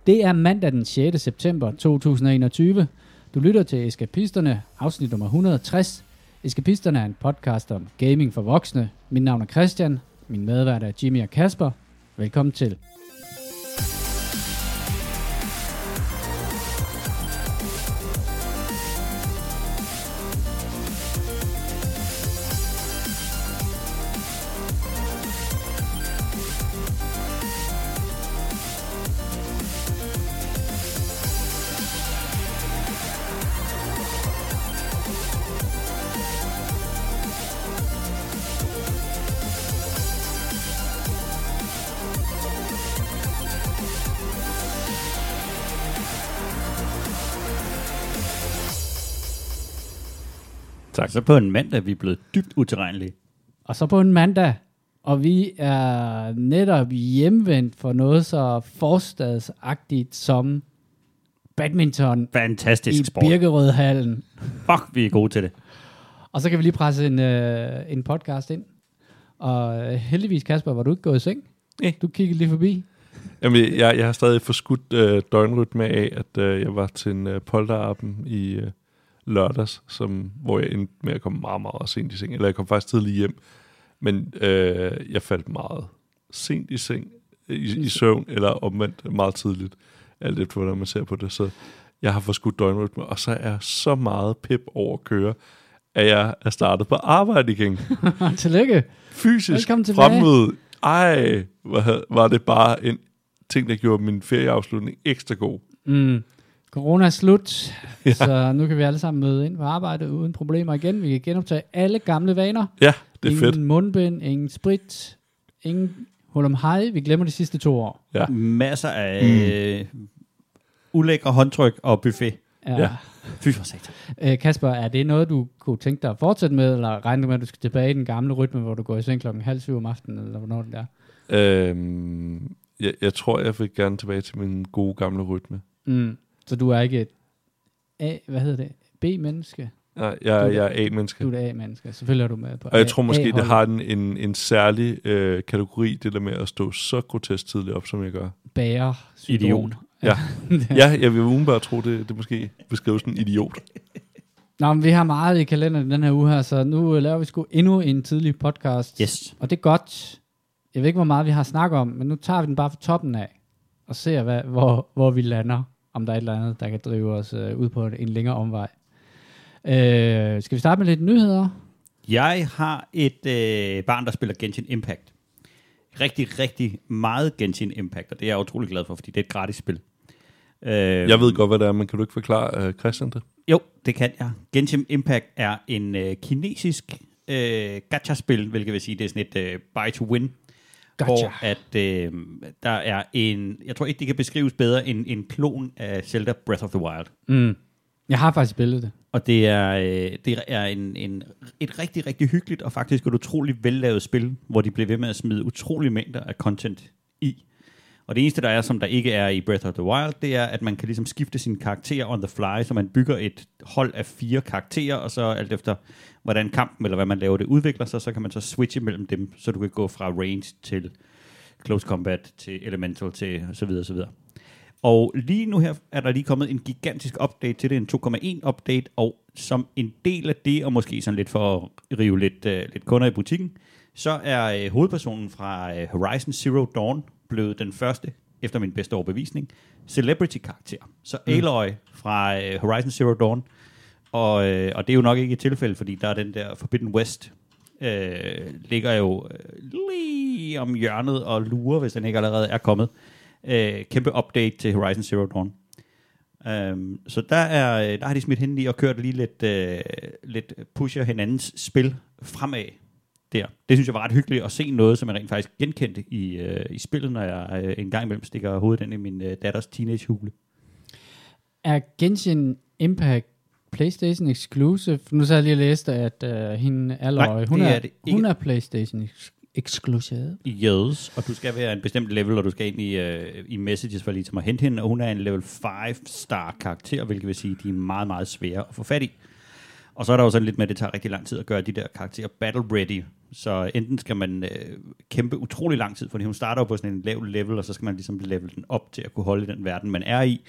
Det er mandag den 6. september 2021. Du lytter til Eskapisterne, afsnit nummer 160. Eskapisterne er en podcast om gaming for voksne. Mit navn er Christian. Min medvært er Jimmy og Kasper. Velkommen til. Tak. Så på en mandag vi er blevet dybt utilregnelige. Og så på en mandag, og vi er netop hjemvendt for noget så forstadsagtigt som badminton. Fantastisk sport. I Birkerødhallen. Fuck, vi er gode til det. Og så kan vi lige presse en podcast ind. Og heldigvis, Kasper, var du ikke gået i seng? Ja. Du kiggede lige forbi. Jamen, jeg har stadig forskudt døgnrytme af, at jeg var til en polterappen i lørdags, hvor jeg endte med at komme meget, meget sent i seng. Eller jeg kom faktisk tidligt hjem, men jeg faldt meget sent i seng, i søvn, eller omvendt meget tidligt, alt efter hvordan man ser på det. Så jeg har forskudt døgnrytme, og så er jeg så meget pep over at køre, at jeg er startet på arbejde igen. Tillykke. Fysisk fremmøde. Ej, var det bare en ting, der gjorde min ferieafslutning ekstra god. Corona er slut, ja. Så nu kan vi alle sammen møde ind på arbejde uden problemer igen. Vi kan genoptage alle gamle vaner. Ja, det er ingen fedt. Ingen mundbind, ingen sprit, ingen hul om hej. Vi glemmer de sidste 2 år. Ja. Masser af ulækre håndtryk og buffet. Ja. Fy for satan. Kasper, er det noget, du kunne tænke dig at fortsætte med, eller regner du med, at du skal tilbage i den gamle rytme, hvor du går i seng 6:30 om aftenen, eller hvornår det er? Jeg tror, jeg vil gerne tilbage til min gode gamle rytme. Så du er ikke et B-menneske? Nej, jeg er A-menneske. Du er A-menneske. Selvfølgelig er du med på og jeg tror måske, det har en særlig kategori, det der med at stå så grotesk tidligt op, som jeg gør. Bager. Idiot. Ja. Ja, jeg vil umiddelbart tro, det måske beskrives som en idiot. Nå, men vi har meget i kalenderen den her uge her, så nu laver vi sgu endnu en tidlig podcast. Yes. Og det er godt. Jeg ved ikke, hvor meget vi har snakket om, men nu tager vi den bare fra toppen af, og ser, hvor vi lander, om der er et eller andet, der kan drive os ud på en længere omvej. Skal vi starte med lidt nyheder? Jeg har et barn, der spiller Genshin Impact. Rigtig, rigtig meget Genshin Impact, og det er jeg utrolig glad for, fordi det er et gratis spil. Jeg ved godt, hvad det er, men kan du ikke forklare Christian det? Jo, det kan jeg. Genshin Impact er en kinesisk gacha-spil, hvilket vil sige, det er sådan et buy to win. Gacha. Hvor at der er jeg tror ikke, det kan beskrives bedre end en klon af Zelda Breath of the Wild. Jeg har faktisk spillet det. Og det er et rigtig, rigtig hyggeligt og faktisk et utroligt vellavet spil, hvor de bliver ved med at smide utrolige mængder af content i. Og det eneste, der er, som der ikke er i Breath of the Wild, det er, at man kan ligesom skifte sine karakterer on the fly, så man bygger et hold af 4 karakterer, og så alt efter, hvordan kampen eller hvad man laver det udvikler sig, så kan man så switche mellem dem, så du kan gå fra range til close combat, til elemental, til så videre, så videre. Og lige nu her er der lige kommet en gigantisk update til det, en 2.1 update, og som en del af det, og måske sådan lidt for at rive lidt kunder i butikken, så er hovedpersonen fra Horizon Zero Dawn blevet den første, efter min bedste overbevisning, celebrity-karakter. Så Aloy fra Horizon Zero Dawn, og det er jo nok ikke et tilfælde, fordi der er den der Forbidden West, ligger jo lige om hjørnet og lurer, hvis den ikke allerede er kommet. Kæmpe update til Horizon Zero Dawn. Så der har de smidt hende i og kørt lige lidt pusher hinandens spil fremad der. Det synes jeg var ret hyggeligt at se noget, som jeg rent faktisk genkendte i spillet, når jeg en gang imellem stikker hovedet ind i min datters teenagehule. Er Genshin Impact PlayStation exclusive? Nu så jeg lige læst, at hende Aloy, hun er PlayStation exclusive. Yes, og du skal være en bestemt level, og du skal ind i messages for lige til at hente hende, og hun er en level 5-star karakter, hvilket vil sige, at de er meget, meget svære at få fat i. Og så er der jo sådan lidt med, at det tager rigtig lang tid at gøre de der karakterer battle ready, Så enten skal man kæmpe utrolig lang tid, fordi hun starter jo på sådan en lav level, og så skal man ligesom level den op til at kunne holde den verden, man er i.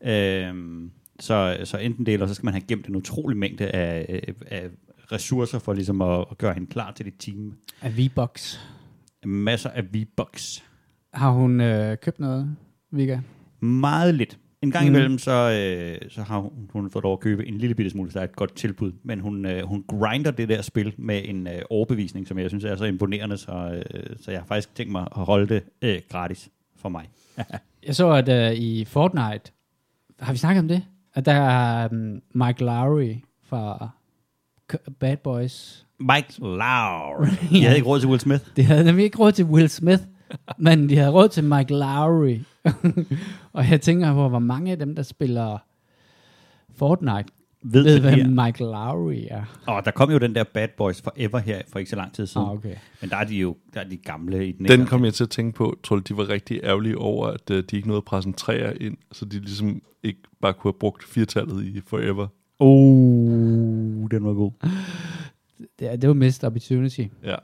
Så enten det, eller så skal man have gemt en utrolig mængde af ressourcer for ligesom at gøre hende klar til det team. Af V-Bucks. Masser af V-Bucks. Har hun købt noget, Vika? Meget lidt. En gang imellem, så har hun fået lov at købe en lille bitte smule, så er et godt tilbud. Men hun grinder det der spil med en overbevisning, som jeg synes er så imponerende, så jeg har faktisk tænkt mig at holde det gratis for mig. Jeg så, at i Fortnite, har vi snakket om det? At der er Mike Lowry fra Bad Boys. Mike Lowry. De havde ikke råd til Will Smith. De havde nemlig ikke råd til Will Smith, men de havde råd til Mike Lowry. Og jeg tænker på, hvor mange af dem, der spiller Fortnite, ved hvem Mike Lowry er. Der kom jo den der Bad Boys Forever her for ikke så lang tid siden. Okay. Men der er de gamle i den. Den kom jeg til at tænke på. Tror du, de var rigtig ærgerlige over, at de ikke nåede at præsentere ind, så de ligesom ikke bare kunne have brugt 4-tallet i Forever. Den var god. Det var missed opportunity. Ja.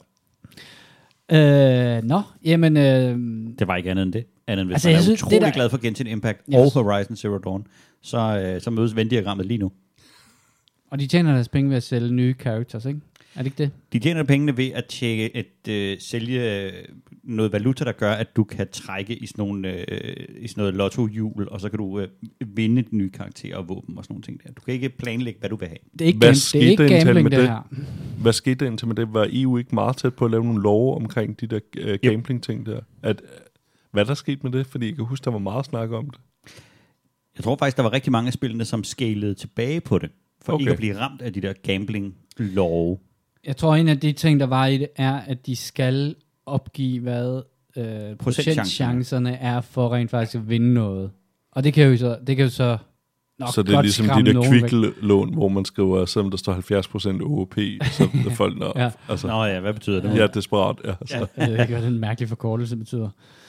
Jamen... Det var ikke andet end det. Hvis altså, man jeg er synes, utrolig glad for Genshin Impact og Horizon Zero Dawn, så mødes Venn-diagrammet lige nu. Og de tjener deres penge ved at sælge nye characters, ikke? Er det ikke det? De tjener pengene ved at sælge noget valuta, der gør, at du kan trække i sådan noget lotto-hjul, og så kan du vinde nye karakterer og våben og sådan nogle ting der. Du kan ikke planlægge, hvad du vil have. Det er ikke gambling, det her. Hvad skete der indtil med det? Var EU ikke meget tæt på at lave nogle love omkring de der gambling-ting der? Hvad der skete med det? Fordi jeg kan huske, der var meget snak om det. Jeg tror faktisk, der var rigtig mange af spillene, som scalede tilbage på det, for ikke at blive ramt af de der gambling-love. Jeg tror, en af de ting, der var i det, er, at de skal opgive, hvad procentchancerne er for rent faktisk at vinde noget. Og det kan jo så nok så det er ligesom de der quick-lån, hvor man skriver, selvom der står 70% OOP, så er folk nok. Ja. Altså, hvad betyder det? Ja, desperat. Ja, jeg ved ikke, hvad den mærkelige forkortelse betyder.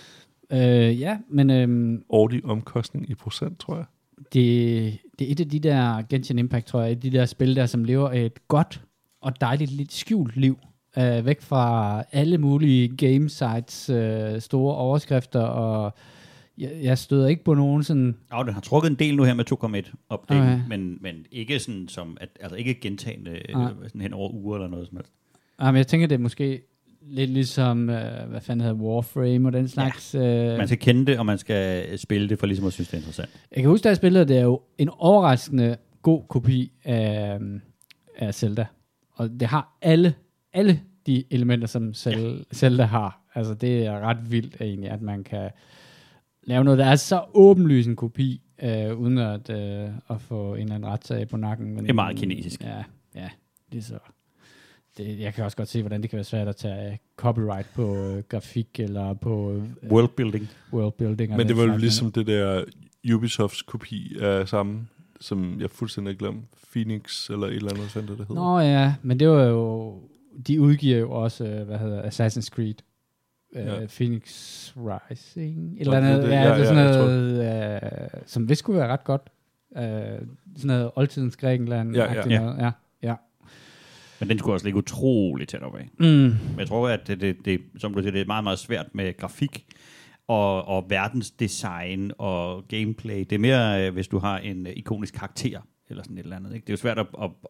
Men... årlig omkostning i procent, tror jeg. Det er et af de der Genshin Impact, tror jeg, de der spil der, som lever et godt og dejligt lidt skjult liv, væk fra alle mulige game sites, store overskrifter, og jeg støder ikke på nogen sådan... den har trukket en del nu her med 2.1 update, men ikke sådan som, altså ikke gentagende sådan hen over uger eller noget som helst. Men jeg tænker, det er måske lidt ligesom, hvad fanden hedder Warframe og den slags... Man skal kende det, og man skal spille det, for ligesom at synes, det er interessant. Jeg kan huske, da jeg spillede, det er jo en overraskende god kopi af Zelda. Og det har alle de elementer, som Zelda har. Altså, det er ret vildt egentlig, at man kan lave noget, der er så åbenlyst en kopi, uden at få en eller anden retssag på nakken. Men, det er meget kinesisk. Ja, det er så... jeg kan også godt se, hvordan det kan være svært at tage copyright på grafik eller på worldbuilding. Men det var jo ligesom det der Ubisofts kopi af samme, som jeg fuldstændig glemte. Phoenix eller et eller andet center, det hedder. Nå ja, men det var jo... De udgiver jo også, Assassin's Creed. Phoenix Rising. Et eller andet. Det er sådan noget, som vist skulle være ret godt. Sådan noget oldtidens Grækenland. Ja. Men den skulle også ligge utroligt tæt op af. Men jeg tror, at det, som du siger, det er meget, meget svært med grafik og verdensdesign og gameplay. Det er mere, hvis du har en ikonisk karakter eller sådan et eller andet. Ikke? Det er jo svært at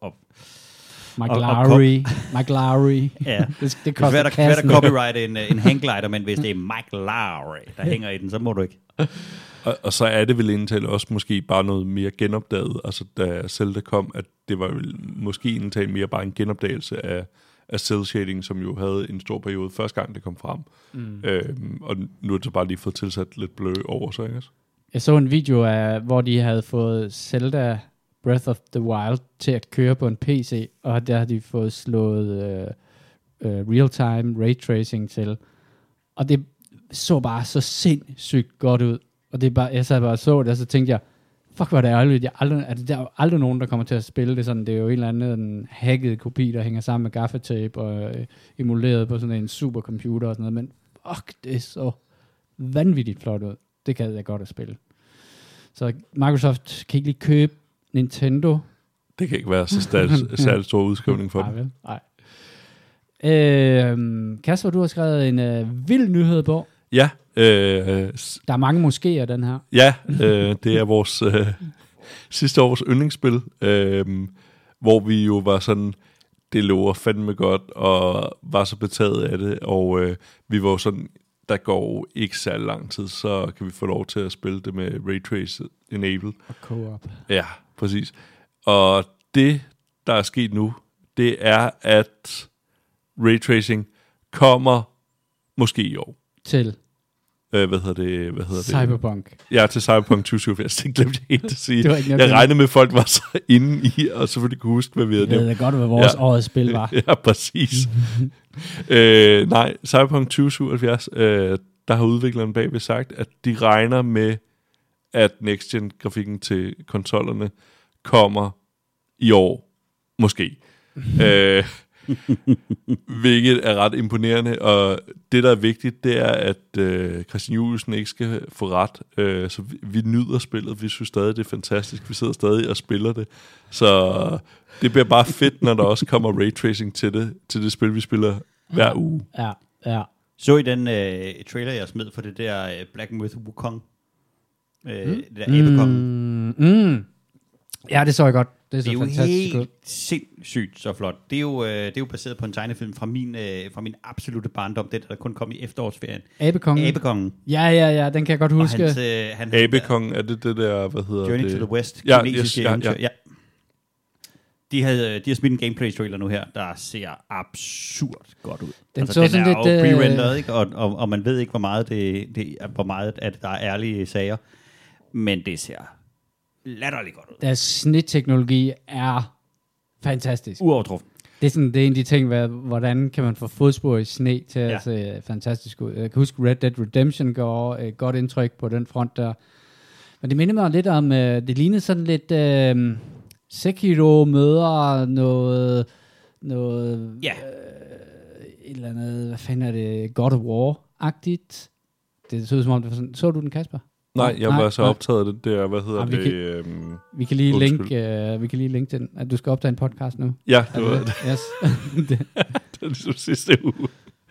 Mike Lowry. Ja, det er svært at copyrighte en hangglider, men hvis det er Mike Lowry, der hænger i den, så må du ikke. Og så er det vel indtil også måske bare noget mere genopdaget, altså da Zelda kom, at det var vel måske indtil mere bare en genopdagelse af cel shading, som jo havde en stor periode første gang det kom frem. Og nu er det så bare lige fået tilsat lidt blø over sig, ikke? Jeg så en video af, hvor de havde fået Zelda Breath of the Wild til at køre på en PC, og der har de fået slået real-time ray tracing til. Og det så bare så sindssygt godt ud. Og det er bare, jeg sad bare og så det, og så tænkte jeg, fuck, hvor er det ærgerligt. Der er jo aldrig nogen, der kommer til at spille det sådan. Det er jo en eller anden hacket kopi, der hænger sammen med gaffatape og emuleret på sådan en supercomputer og sådan noget. Men fuck, det er så vanvittigt flot ud. Det kan jeg godt at spille. Så Microsoft kan ikke lige købe Nintendo. Det kan ikke være så særlig stor udskrivning for dem. Nej. Kasper, du har skrevet en vild nyhed på. Ja. Der er mange moskéer, den her. Ja, det er vores sidste års yndlingsspil, hvor vi jo var sådan, det lover fandme godt, og var så betaget af det, og vi var jo sådan, der går ikke særlig lang tid, så kan vi få lov til at spille det med Ray Trace Enabled. Og co-op. Ja, præcis. Og det, der er sket nu, det er, at Ray Tracing kommer måske i år. Til Hvad hedder det? Cyberpunk. Ja, til Cyberpunk 2077. Det glemte jeg helt at sige. Jeg regnede med, at folk var så inde i, og selvfølgelig kunne huske, hvad vi havde nævnt. Jeg ved godt, hvad vores årets spil var. Ja, præcis. Nej, Cyberpunk 2077, der har udviklerne bagved sagt, at de regner med, at next-gen-grafikken til konsollerne kommer i år. Måske. Hvilket er ret imponerende, og det, der er vigtigt, det er, at Christian Juliusen ikke skal få ret. Så vi nyder spillet, vi synes stadig, det er fantastisk. Vi sidder stadig og spiller det. Så det bliver bare fedt, når der også kommer raytracing til det spil, vi spiller hver uge. Ja. Så I den trailer, jeg smed for det der Black Myth Wukong? Det der abekongen? Ja, det så jeg godt. Det er jo helt sindssygt så flot. Det er jo baseret på en tegnefilm fra min absolutte barndom. Det der kun kom i efterårsferien. Abekongen. Ja, den kan jeg godt huske. Abekongen, er det der, hvad hedder Journey det? to the West. Ja. De har smidt en gameplay-trailer nu her, der ser absurd godt ud. Den er jo pre-rendered, ikke? Og man ved ikke, hvor meget at der er ærlige sager. Men det ser latterligt godt ud. Deres snitteknologi er fantastisk. Uovertruffen. Det er en af de ting, hvordan kan man få fodspor i sne til at se fantastisk ud. Jeg kan huske Red Dead Redemption går et godt indtryk på den front der. Men det minder mig lidt om, det lignede sådan lidt Sekiro møder noget et eller andet, hvad fanden er det, God of War-agtigt. Det så ud som om, det var sådan. Så du den, Kasper? Nej, jeg var så optaget af det der, hvad hedder det? Vi kan lige linke til den, at du skal optage en podcast nu. Ja, det var det. Yes. Det er ligesom sidste uge.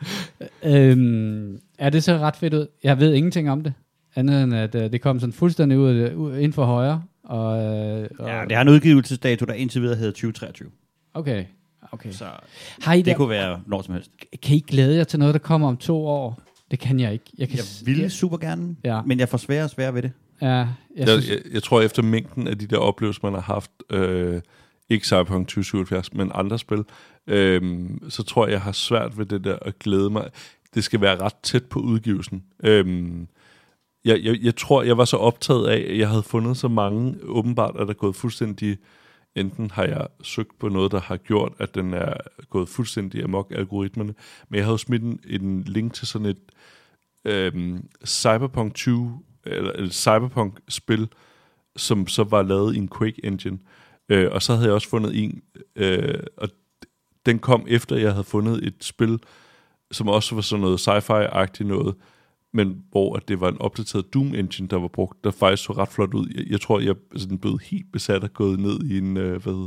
Er det så ret fedt ud? Jeg ved ingenting om det, andet end at det kom sådan fuldstændig ud ind for højre. Ja, det har en udgivelsesdato, der indtil videre hedder 2023. Okay. Så det kunne være når som helst. Kan I glæde jer til noget, der kommer om 2 år? Det kan jeg ikke. Jeg ville super gerne, men jeg får sværere og sværere ved det. Ja, jeg tror, efter mængden af de der oplevelser, man har haft, ikke Cyberpunk 2077, men andre spil, så tror jeg har svært ved det der at glæde mig. Det skal være ret tæt på udgivelsen. Jeg tror, jeg var så optaget af, at jeg havde fundet så mange, åbenbart er der gået fuldstændig, enten har jeg søgt på noget, der har gjort, at den er gået fuldstændig amok algoritmerne, men jeg havde smidt en link til sådan et Cyberpunk 20, eller et Cyberpunk-spil, som så var lavet i en Quake Engine, og så havde jeg også fundet en, og den kom efter, jeg havde fundet et spil, som også var sådan noget sci-fi-agtigt noget, men hvor at det var en opdateret Doom Engine, der var brugt, der faktisk så ret flot ud. Jeg tror, jeg sådan blev helt besat og gået ned i en,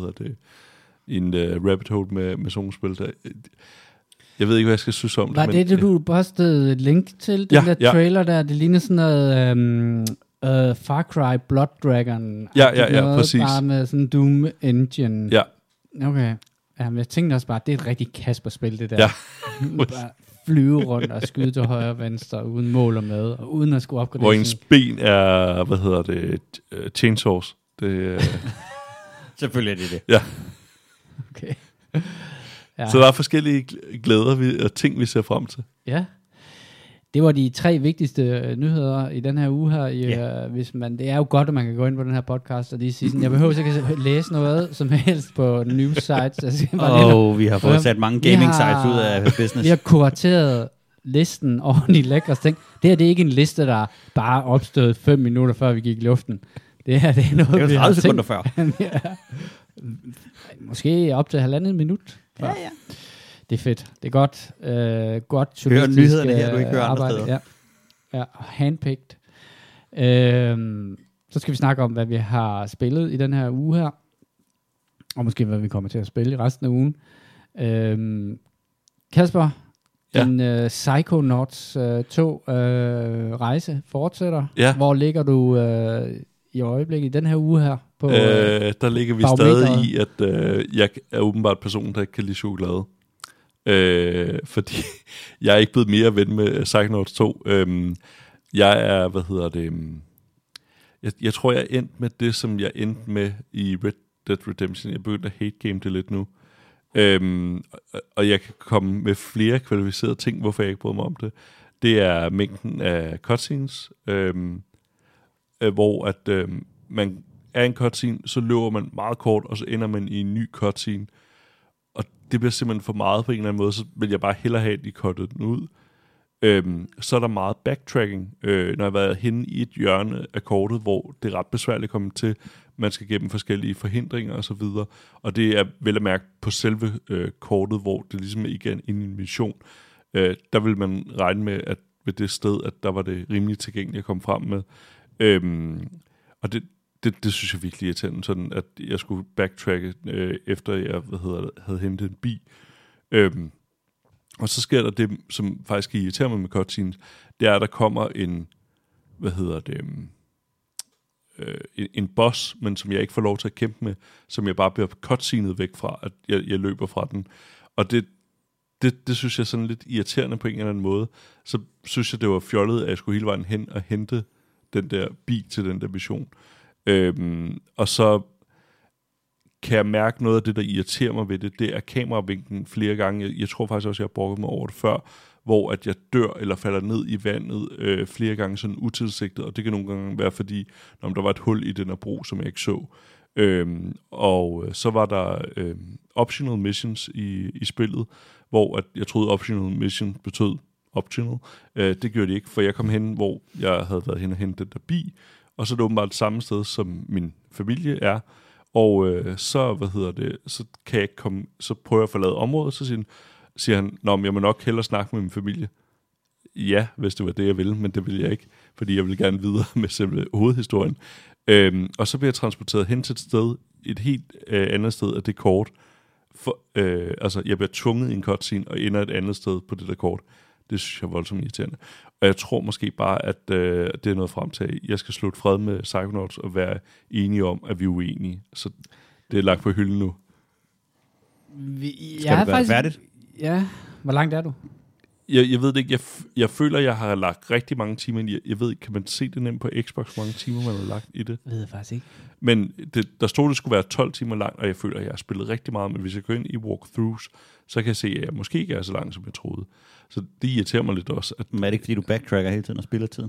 rabbit hole med sådan nogle spil. Der. Jeg ved ikke, hvad jeg skal synes om det. Var det, du postede et link til, den der trailer der? Det ligner sådan noget Far Cry Blood Dragon. Ja, præcis. Bare med sådan Doom Engine. Ja. Okay. Jamen, jeg tænkte også bare, det er et rigtig Kasper-spil, det der. Ja. Bare flyve rundt og skyde til højre og venstre, uden mål og med, og uden at skulle opgradere. Hvor ens ben er, chainsaws. Selvfølgelig er det det. Ja. Okay. Ja. Så der er forskellige glæder og ting, vi ser frem til. Ja. Det var de 3 vigtigste nyheder i den her uge her. Hvis man, det er jo godt, at man kan gå ind på den her podcast og lige sige sådan, jeg behøver ikke at læse noget som helst på news sites. Vi har fået sat mange gaming sites ud af business. Vi har kurateret listen over de lækre ting. Det her, det er ikke en liste, der bare opstod 5 minutter før vi gik i luften. Det er noget, det er 30 sekunder før. Måske op til 1,5 minut før. Ja. Det er fedt. Det er godt. Godt hør nyhederne her, du ikke hører andre steder. Ja, handpicked. Så skal vi snakke om, hvad vi har spillet i den her uge her. Og måske, hvad vi kommer til at spille i resten af ugen. Kasper, Ja. din Psychonauts 2 rejse fortsætter. Ja. Hvor ligger du i øjeblikket i den her uge her? På, Der ligger vi stadig i, at jeg er åbenbart person, der ikke kan lide chokolade. Fordi jeg er ikke blevet mere ven med Psychonauts 2. Jeg er, jeg tror, jeg endte med det, som jeg endte med i Red Dead Redemption. Jeg begyndte at hate-game det lidt nu. Og jeg kan komme med flere kvalificerede ting, hvorfor jeg ikke bryder mig om det. Det er mængden af cutscenes, hvor at man er en cutscene, så løber man meget kort, og så ender man i en ny cutscene. Og det bliver simpelthen for meget på en eller anden måde, så vil jeg bare hellere have, at de cuttede den ud. Så er der meget backtracking, når jeg har været henne i et hjørne af kortet, hvor det er ret besværligt at komme til. Man skal gennem forskellige forhindringer og så videre. Og det er vel at mærke på selve kortet, hvor det ligesom ikke er en mission. Der vil man regne med, at ved det sted, at der var det rimelig tilgængeligt at komme frem med. Og det synes jeg virkelig irriterende, sådan at jeg skulle backtracke, efter jeg havde hentet en bi. Og så sker der det, som faktisk irriterer mig med cutscenes, det er, at der kommer en boss, men som jeg ikke får lov til at kæmpe med, som jeg bare bliver cutscenet væk fra, at jeg løber fra den. Og det synes jeg sådan lidt irriterende på en eller anden måde. Så synes jeg, det var fjollet, at jeg skulle hele vejen hen og hente den der bi til den der mission. Og så kan jeg mærke noget af det, der irriterer mig ved det, det er kameravinklen flere gange. Jeg tror faktisk også, jeg har brugt mig over det før, hvor at jeg dør eller falder ned i vandet flere gange sådan utilsigtet, og det kan nogle gange være, fordi der var et hul i den her bro, som jeg ikke så. Og så var der optional missions i spillet, hvor at jeg troede, optional mission betød optional. Det gjorde de ikke, for jeg kom hen, hvor jeg havde været hen og hentet den der bi, og så er det åbenbart det samme sted, som min familie er. Og så kan jeg ikke komme, så prøver jeg at forlade området, så siger han, men jeg må nok hellere snakke med min familie. Ja, hvis det var det, jeg ville, men det vil jeg ikke, fordi jeg vil gerne videre med selve hovedhistorien. Og så bliver jeg transporteret hen til et sted, et helt andet sted af det kort. Jeg bliver tvunget i en cutscene og ender et andet sted på det der kort. Det synes jeg er voldsomt irriterende. Og jeg tror måske bare, at det er noget frem til. Jeg skal slutte fred med Psychonauts og være enige om, at vi er uenige. Så det er lagt på hylden nu. Skal det være færdigt? Ja. Hvor langt er du? Jeg ved det ikke. Jeg føler, jeg har lagt rigtig mange timer i. Jeg ved ikke, kan man se det nemt på Xbox, hvor mange timer man har lagt i det? Jeg ved jeg faktisk ikke. Men der stod, det skulle være 12 timer langt, og jeg føler, at jeg har spillet rigtig meget. Men hvis jeg går ind i walkthroughs, så kan jeg se, at jeg måske ikke er så langt, som jeg troede. Så det irriterer mig lidt også. Men er det ikke, fordi du backtracker hele tiden og spiller tiden?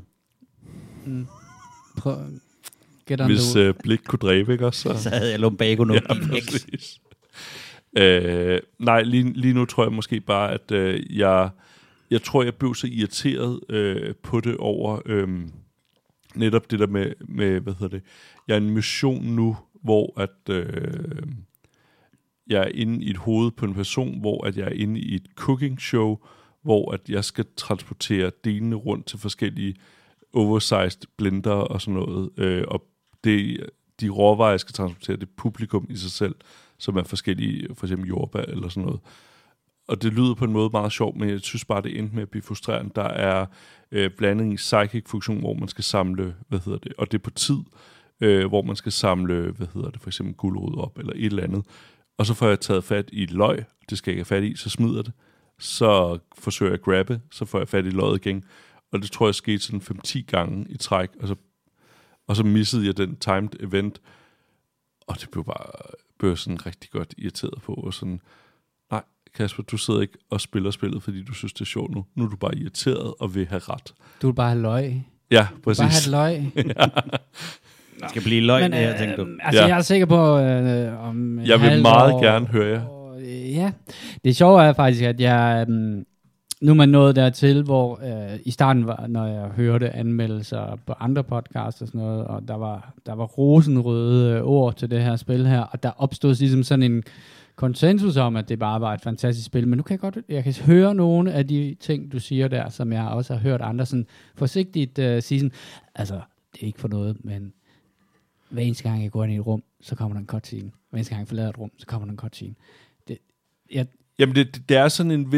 Prøv. Hvis Blik kunne dræbe, ikke også? Så havde jeg lumbago nu. Ja, præcis. Nej, lige nu tror jeg måske bare, at jeg tror, jeg blev så irriteret på det over netop det der med jeg er en mission nu, hvor at jeg er inde i et hoved på en person, hvor at jeg er inde i et cooking show, hvor at jeg skal transportere delene rundt til forskellige oversized blender og sådan noget, og de råvarer, jeg skal transportere, det publikum i sig selv, som er forskellige, for eksempel jordbær eller sådan noget. Og det lyder på en måde meget sjovt, men jeg synes bare, det endte med at blive frustrerende. Der er blanding i psychic-funktion, hvor man skal samle, og det er på tid, hvor man skal samle, for eksempel gulerod op, eller et eller andet. Og så får jeg taget fat i et løg, det skal jeg ikke have fat i, så smider det. Så forsøger jeg at grabbe, så får jeg fat i løget igen. Og det tror jeg skete sådan 5-10 gange i træk, og så missede jeg den timed event, og det blev sådan rigtig godt irriteret på, og sådan, nej, Kasper, du sidder ikke og spiller spillet, fordi du synes, det er sjovt nu. Nu er du bare irriteret og vil have ret. Du vil bare have løg. Ja, præcis. Bare have løg. Det skal blive løg, jeg tænker du. Altså, ja. Jeg er sikker på, om jeg vil meget gerne høre jer. Ja, det sjove er faktisk, at jeg nu er man nået dertil, hvor i starten, når jeg hørte anmeldelser på andre podcasts og sådan noget, og der var rosenrøde ord til det her spil her, og der opstod ligesom sådan en konsensus om, at det bare var et fantastisk spil. Men nu kan jeg kan høre nogle af de ting, du siger der, som jeg også har hørt andre sådan forsigtigt sige sådan, altså, det er ikke for noget, men hver eneste gang jeg går ind i et rum, så kommer der en cutscene. Hver eneste gang jeg forlader et rum, så kommer der en cutscene. Jamen, det er sådan en vis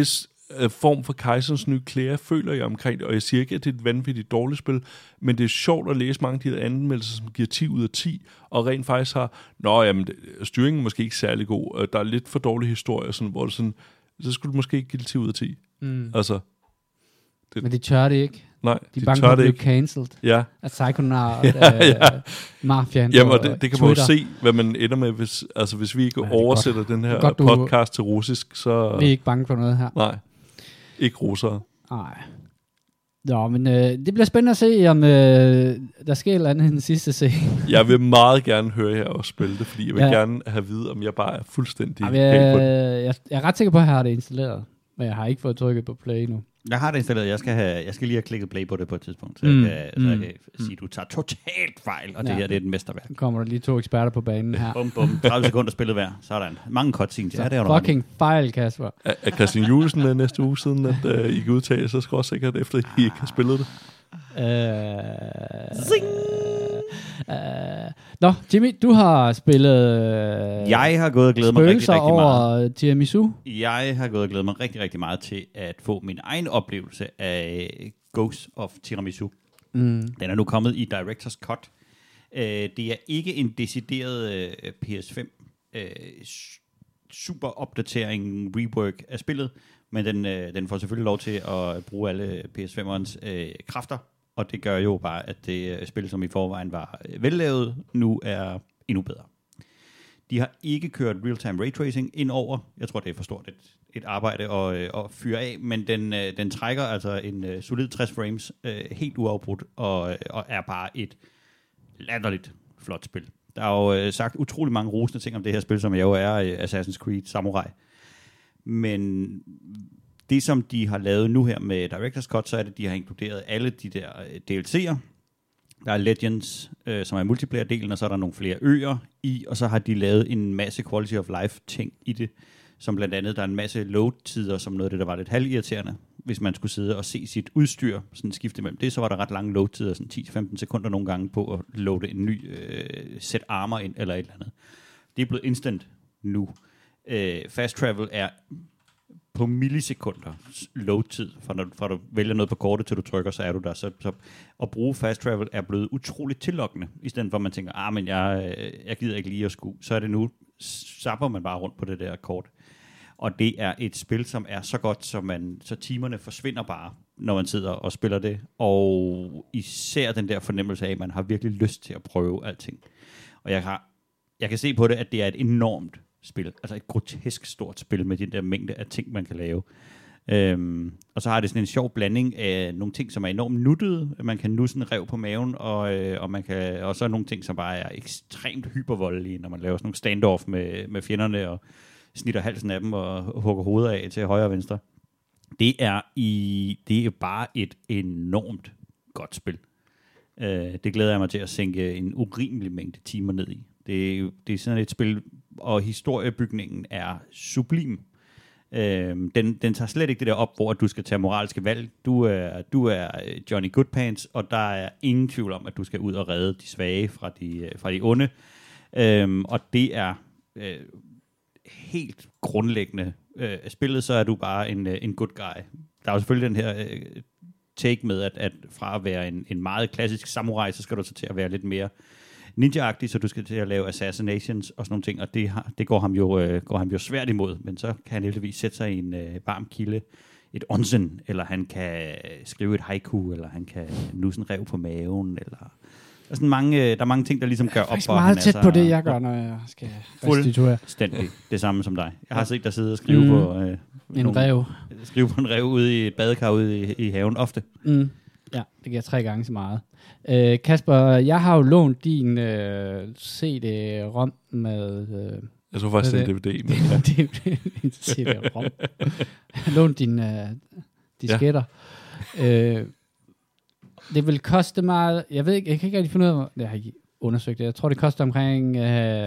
form for Kaiser's New Claire, føler jeg omkring det, og jeg siger ikke, at det er et vanvittigt dårligt spil, men det er sjovt at læse mange af de her anmeldelser, som giver 10 ud af 10, og rent faktisk har, styringen er måske ikke særlig god, der er lidt for dårlig historie, sådan, hvor det sådan, så skulle du måske ikke give det 10 ud af 10. Altså, men de tør det ikke. Nej, de banker det ikke. Cancelled. Ja. Af Psychonaut, mafiaen. Jamen, og det kan man jo se, hvad man ender med, hvis vi ikke oversætter den her podcast til russisk, så... Vi er ikke bange for noget her. Nej, ikke russere. Nej. Nå, men det bliver spændende at se, om der sker et eller andet i den sidste scene. Jeg vil meget gerne høre jer også spille det, fordi jeg vil gerne have at vide, om jeg bare er fuldstændig galt på det. Jeg er ret sikker på, at jeg har det installeret, men jeg har ikke fået trykket på play nu. Jeg har det installeret. Jeg skal lige have klikket play på det på et tidspunkt, så jeg kan sige, at du tager totalt fejl, og det her det er den mesterværk. Så kommer der lige 2 eksperter på banen her. Bum, bum. 30 sekunder spillet hver. Sådan. Mange cutscenes. Ja, det er fucking fejl, Kasper. Er Christian Julesen med næste uge siden, at I kan udtale sig skråsikkert, efter I ikke har spillet det? Nå, Jimmy, du har spillet jeg har gået og glædet mig rigtig over meget. Tiramisu. Jeg har gået og glædet mig rigtig, rigtig meget til at få min egen oplevelse af Ghost of Tiramisu. Den er nu kommet i Director's Cut. Det er ikke en decideret PS5 super opdatering, rework af spillet, men den får selvfølgelig lov til at bruge alle PS5'ernes kræfter. Og det gør jo bare, at det spil, som i forvejen var vellavet, nu er endnu bedre. De har ikke kørt real-time raytracing ind over. Jeg tror, det er for stort et arbejde at fyre af, men den trækker altså en solid 60 frames helt uafbrudt, og er bare et latterligt flot spil. Der er jo sagt utrolig mange rosende ting om det her spil, som jeg jo er Assassin's Creed Samurai. Men det, som de har lavet nu her med Director's Cut, så er det, de har inkluderet alle de der DLC'er. Der er Legends, som er multiplayer-delen, og så er der nogle flere øer i, og så har de lavet en masse quality of life ting i det, som blandt andet, der er en masse load-tider, som noget af det, der var lidt halvirriterende, hvis man skulle sidde og se sit udstyr, sådan skifte mellem det, så var der ret lange load-tider, sådan 10-15 sekunder nogle gange på at loade en ny sæt armor ind, eller et eller andet. Det er blevet instant nu. Fast travel er på millisekunder load-tid, fra du vælger noget på kortet, til du trykker, så er du der. Så at bruge fast travel er blevet utroligt tillokkende, i stedet for at man tænker, men jeg gider ikke lige at skue. Så er det nu, zapper man bare rundt på det der kort. Og det er et spil, som er så godt, så timerne forsvinder bare, når man sidder og spiller det. Og især den der fornemmelse af, at man har virkelig lyst til at prøve alting. Og jeg kan se på det, at det er et enormt spil. Altså et grotesk stort spil med den der mængde af ting, man kan lave. Og så har det sådan en sjov blanding af nogle ting, som er enormt nuttede. Man kan nusse en rev på maven, og man kan og så nogle ting, som bare er ekstremt hypervoldelige, når man laver sådan nogle standoff med fjenderne og snitter halsen af dem og hugger hovedet af til højre og venstre. Det er bare et enormt godt spil. Det glæder jeg mig til at sænke en urimelig mængde timer ned i. Det er sådan et spil, og historiebygningen er sublim. Den tager slet ikke det der op, hvor du skal tage moralske valg. Du er Johnny Goodpants, og der er ingen tvivl om, at du skal ud og redde de svage fra de onde. Og det er helt grundlæggende spillet, så er du bare en good guy. Der er jo selvfølgelig den her take med, at fra at være en meget klassisk samurai, så skal du så til at være lidt mere ninja-agtig, så du skal til at lave assassinations og sådan nogle ting, og det går ham jo svært imod, men så kan han heldigvis sætte sig i en varm kilde, et onsen, eller han kan skrive et haiku, eller han kan nusse en rev på maven, eller der er mange ting, der ligesom gør op for ham. Det er meget tæt på det, jeg gør, når jeg skal restituere. Fuldstændig det samme som dig. Jeg har set dig sidde og skrive på en rev. Skrive på en rev ude i et badekar ude i haven ofte. Ja, det giver 3 gange så meget. Kasper, jeg har jo lånt din CD-ROM med... jeg tror faktisk, det er en DVD. Men en CD-ROM. Jeg har lånt dine disketter. Ja. Det vil koste mig... Jeg ved ikke, jeg kan ikke rigtig finde ud af... Jeg har ikke undersøgt det. Jeg tror, det koster omkring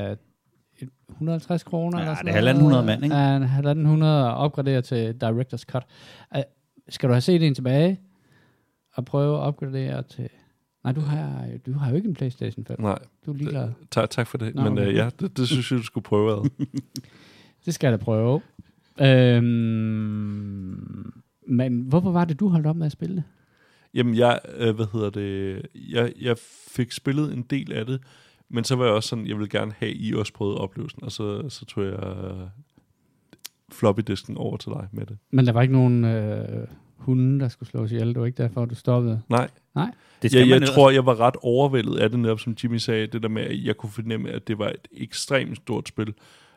150 kroner. Ja, det er 1.500 mand, ikke? Ja, 1.500 at opgradere til Director's Cut. Skal du have CD'en tilbage? Og prøve at opgradere til... Nej, du har jo ikke en PlayStation 5. Nej. Du er ligeglad. Tak for det. Nå, men okay. Det synes jeg, du skulle prøve. Det skal jeg da prøve. Men hvorfor var det, du holdt op med at spille det? Jamen, jeg fik spillet en del af det, men så var jeg også sådan, jeg ville gerne have, I også prøvet oplevelsen, og så tog jeg floppy-disken over til dig med det. Men der var ikke nogen hunde, der skulle slås ihjel. Det var ikke derfor, du stoppede? Nej. Det Jeg tror, jeg var ret overvældet af det netop, som Jimmy sagde, det der med, at jeg kunne fornemme, at det var et ekstremt stort spil.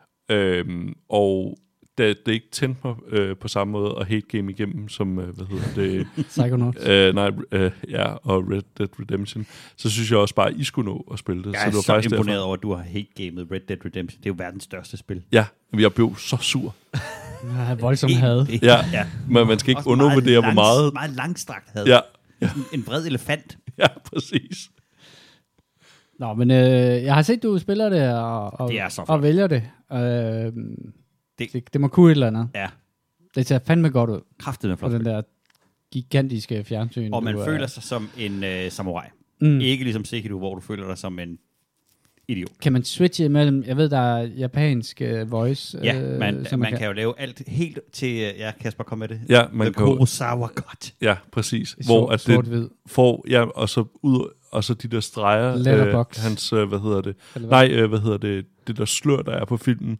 Og det ikke tændte mig på samme måde at hate game igennem, som, Psychonauts. Og Red Dead Redemption, så synes jeg også bare, at I skulle nå at spille det. Jeg er det var så faktisk imponeret derfor. over, at du har hate-gamet Red Dead Redemption. Det er jo verdens største spil. Ja, men jeg blev så sur. Voldsomt had. Ja. Men man skal ikke undervurdere, hvor meget... Meget langstrakt had. Ja. En vred elefant. Ja, præcis. Nå, men jeg har set, du spiller det, og, Det er så flot. og vælger det. Det må kunne et eller andet. Ja. Det ser fandme godt ud. Kraftigt med På flot den spil. der gigantiske fjernsyn. Og man føler sig som en samurai. Ikke ligesom Sekiro, hvor du føler dig som en idiot. Kan man switche imellem, jeg ved, der er japansk voice. Ja, man kan jo lave alt helt til, Kasper, kom med det. Ja, man The kan Kurosawa Cut. Ja, præcis. Hvor at det får, ja, og så de der streger, hans, det der slør, der er på filmen,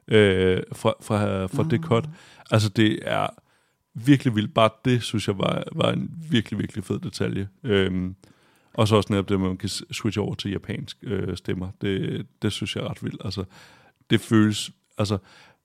fra det cut. Altså, det er virkelig vildt. Bare det, synes jeg, var en virkelig, virkelig fed detalje. Og så også netop det, at man kan switche over til japansk stemmer. Det synes jeg er ret vildt. Altså, det føles... Altså,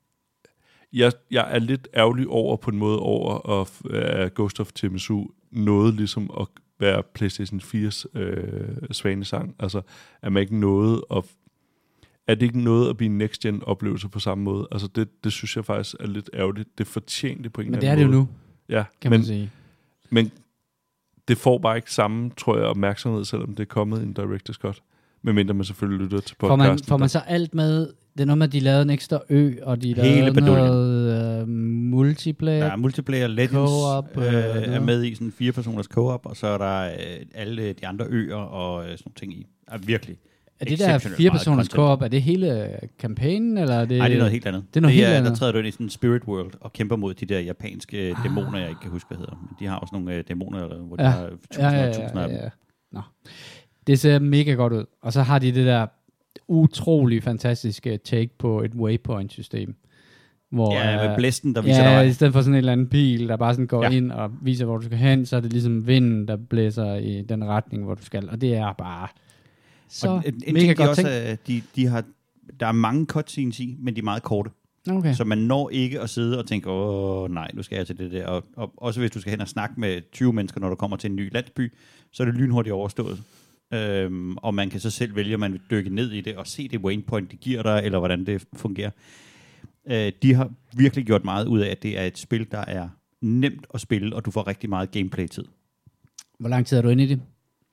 jeg er lidt ærgerlig over på en måde over at Ghost of Tsushima nåede ligesom at være PlayStation 4's svanesang. Altså, er man ikke noget at... Er det ikke noget at blive en next-gen oplevelse på samme måde? Altså, det synes jeg faktisk er lidt ærgerligt. Det fortjente på en eller anden måde. Men det er det jo nu, ja, kan man sige. Men det får bare ikke samme, tror jeg, opmærksomhed, selvom det er kommet i en Director's Cut. Medmindre man selvfølgelig lytter til podcasten. Får man så alt med? Det er noget med, at de lavede en ekstra ø, og de lavede noget multiplayer. Der er multiplayer, Legends er med i sådan 4-personers co-op, og så er der alle de andre øer og sådan nogle ting i. Er virkelig. Er det der 4-personers co-op, er det hele kampagnen, eller er det... Nej, det er noget helt andet. Det er noget helt andet. Der træder du ind i sådan en spirit world og kæmper mod de der japanske dæmoner, jeg ikke kan huske, hvad hedder. Men de har også nogle dæmoner, hvor de har tusinder af dem. Nå. Det ser mega godt ud. Og så har de det der utrolig fantastiske take på et waypoint-system. Hvor, med blæsten, der viser dig. Ja, i stedet for sådan en eller anden pil, der bare sådan går ind og viser, hvor du skal hen, så er det ligesom vinden, der blæser i den retning, hvor du skal. Og det er bare så mega godt tænkt. Der er mange cutscenes i, men de er meget korte. Okay. Så man når ikke at sidde og tænke, nej, nu skal jeg til det der. Og også hvis du skal hen og snakke med 20 mennesker, når du kommer til en ny landsby, så er det lynhurtigt overstået. Og man kan så selv vælge, om man vil dykke ned i det og se det waypoint, det giver dig, eller hvordan det fungerer. De har virkelig gjort meget ud af, at det er et spil, der er nemt at spille, og du får rigtig meget gameplay-tid. Hvor lang tid er du inde i det?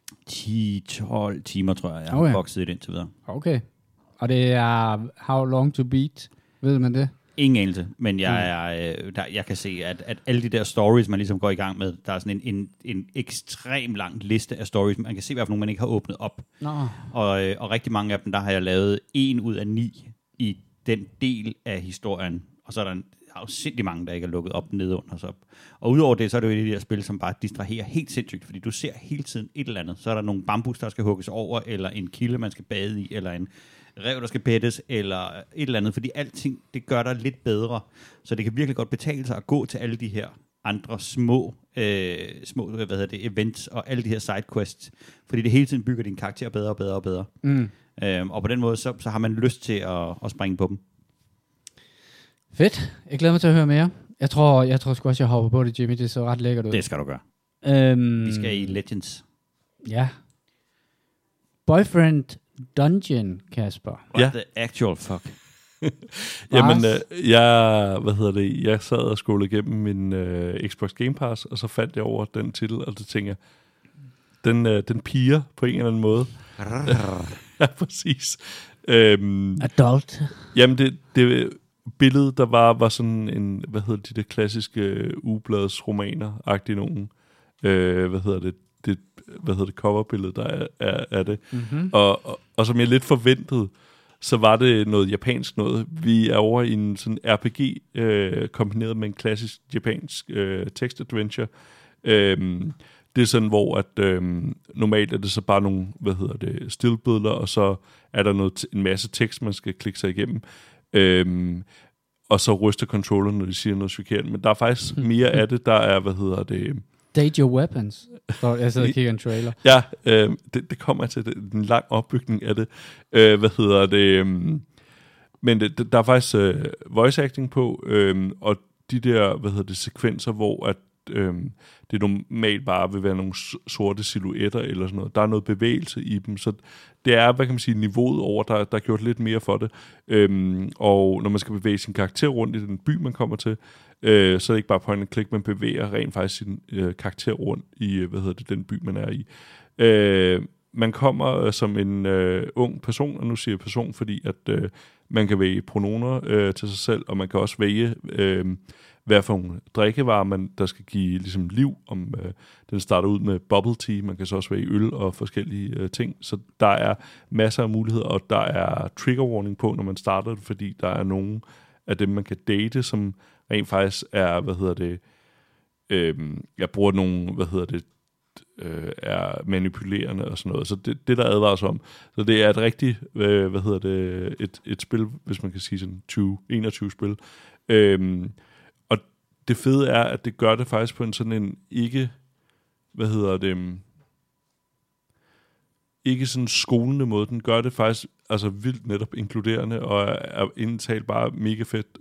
10-12 timer, tror jeg har bokset i det indtil videre. Okay. Og det er How Long to Beat, ved man det? Ingen anelse, men jeg kan se, at alle de der stories, man ligesom går i gang med, der er sådan en ekstrem lang liste af stories. Man kan se, hvad for nogle man ikke har åbnet op. Og rigtig mange af dem, der har jeg lavet 1 ud af 9 i den del af historien. Og så er der jo sindssygt mange, der ikke er lukket op nedenunder sig. Og udover det, så er det jo et af de her spil, som bare distraherer helt sindssygt, fordi du ser hele tiden et eller andet. Så er der nogle bambus, der skal hugges over, eller en kilde, man skal bade i, eller en rev, der skal bettes, eller et eller andet. Fordi alting, det gør dig lidt bedre. Så det kan virkelig godt betale sig at gå til alle de her andre små events, og alle de her sidequests. Fordi det hele tiden bygger din karakter bedre og bedre og bedre. Og på den måde, så har man lyst til at springe på dem. Fedt. Jeg glæder mig til at høre mere. Jeg tror sgu også, jeg hopper på det, Jimmy. Det så ret lækkert ud. Det skal du gøre. Vi skal i Legends. Ja. Boyfriend Dungeon, Kasper. What the actual fuck? Jamen, jeg sad og scrollede igennem min Xbox Game Pass, og så faldt jeg over den titel, og så tænkte jeg, den piger på en eller anden måde. Ja, præcis. Adult. Jamen, det billede, der var sådan en, de der klassiske ugebladsromaner-agtige nogen. Det coverbillede, der er det. Mm-hmm. Og som jeg lidt forventede, så var det noget japansk noget. Vi er over i en sådan RPG, kombineret med en klassisk japansk text-adventure. Det er sådan, hvor at, normalt er det så bare nogle, stillbilleder, og så er der en masse tekst, man skal klikke sig igennem. Og så ryster controlleren, når de siger noget chokerende. Men der er faktisk mere af det, der er, Date your weapons. Jeg sidder og kigger en trailer. Ja, det kommer til en lang opbygning af det. Men der er faktisk voice acting på, og de der, sekvenser, hvor at, det normalt bare vil være nogle sorte silhuetter eller sådan noget. Der er noget bevægelse i dem, så det er, hvad kan man sige, niveauet over, der er gjort lidt mere for det. Og når man skal bevæge sin karakter rundt i den by, man kommer til, så er det ikke bare point and click, man bevæger rent faktisk sin karakter rundt i, den by, man er i. Man kommer som en ung person, og nu siger jeg person, fordi at man kan vælge pronomer til sig selv, og man kan også vælge hvad for nogle drikkevarer, der skal give ligesom liv. Om den starter ud med bubble tea, man kan så også vælge øl og forskellige ting. Så der er masser af muligheder, og der er trigger warning på, når man starter det, fordi der er nogle af dem, man kan date, som rent faktisk er, jeg bruger nogle, er manipulerende og sådan noget. Så det der advares om. Så det er et rigtigt, et spil, hvis man kan sige sådan 21 spil. Og det fede er, at det gør det faktisk på en sådan en ikke, ikke sådan skolende måde. Den gør det faktisk altså vildt netop inkluderende, og er indtalt bare mega fedt.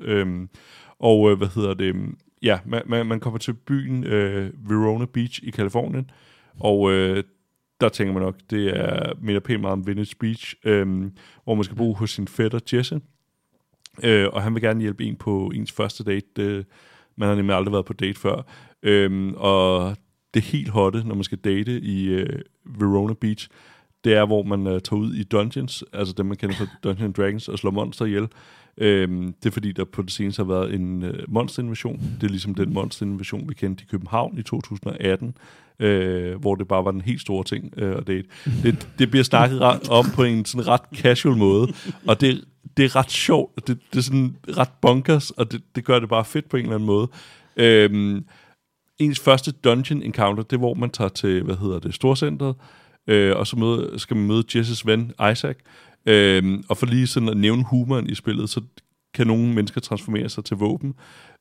Ja, man kommer til byen Verona Beach i Californien, og der tænker man nok, det minder pænt meget om Venice Beach, hvor man skal bo hos sin fætter Jesse, og han vil gerne hjælpe en på ens første date. Man har nemlig aldrig været på date før, og det helt hotte, når man skal date i Verona Beach, det er, hvor man tager ud i dungeons, altså dem man kender fra Dungeons & Dragons, og slår monster ihjel. Det er fordi, der på det seneste har været en monsterinvasion. Det er ligesom den monsterinvasion, vi kendte i København i 2018, hvor det bare var den helt store ting. Og det bliver snakket om på en sådan ret casual måde, og det er ret sjovt. Det er sådan ret bonkers, og det gør det bare fedt på en eller anden måde. Ens første dungeon encounter, det er, hvor man tager til, Storcentret, og så skal man møde Jesses ven, Isaac. Og for lige sådan at nævne humoren i spillet, så kan nogle mennesker transformere sig til våben.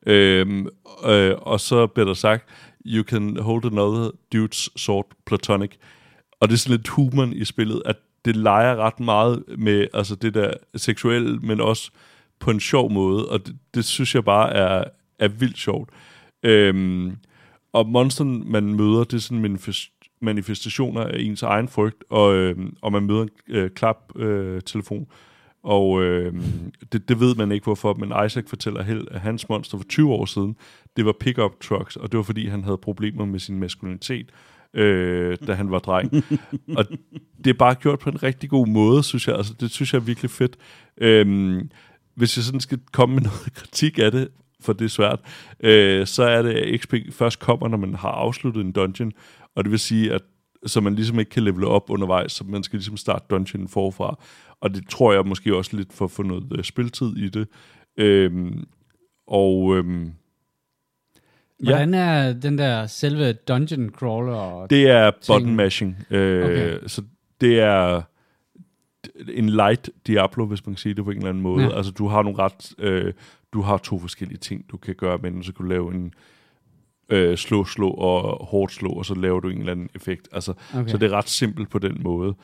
Og så bliver der sagt, you can hold another dude's sword platonic. Og det er sådan lidt humoren i spillet, at det leger ret meget med altså det der seksuelle, men også på en sjov måde. Og det synes jeg bare er vildt sjovt. Og monsteren, man møder, det er sådan manifestationer af ens egen frygt, og man møder en klap-telefon. Og det ved man ikke hvorfor, men Isaac fortæller, at hans monster for 20 år siden, det var pick-up trucks, og det var fordi, han havde problemer med sin maskulinitet, da han var dreng. Og det er bare gjort på en rigtig god måde, synes jeg. Altså, det synes jeg er virkelig fedt. Hvis jeg sådan skal komme med noget kritik af det, for det er svært, så er det, at XP først kommer, når man har afsluttet en dungeon, og det vil sige, at så man ligesom ikke kan levele op undervejs, så man skal ligesom starte dungeonen forfra. Og det tror jeg måske også lidt for at få noget spiltid i det. Hvordan er den der selve dungeon crawler? Det er button mashing. Så det er en light Diablo, hvis man kan sige det på en eller anden måde. Ja. Altså du har nogle du har 2 forskellige ting, du kan gøre, men så kan du lave en slå og hårdt slå, og så laver du en eller anden effekt. Altså, så det er ret simpelt på den måde.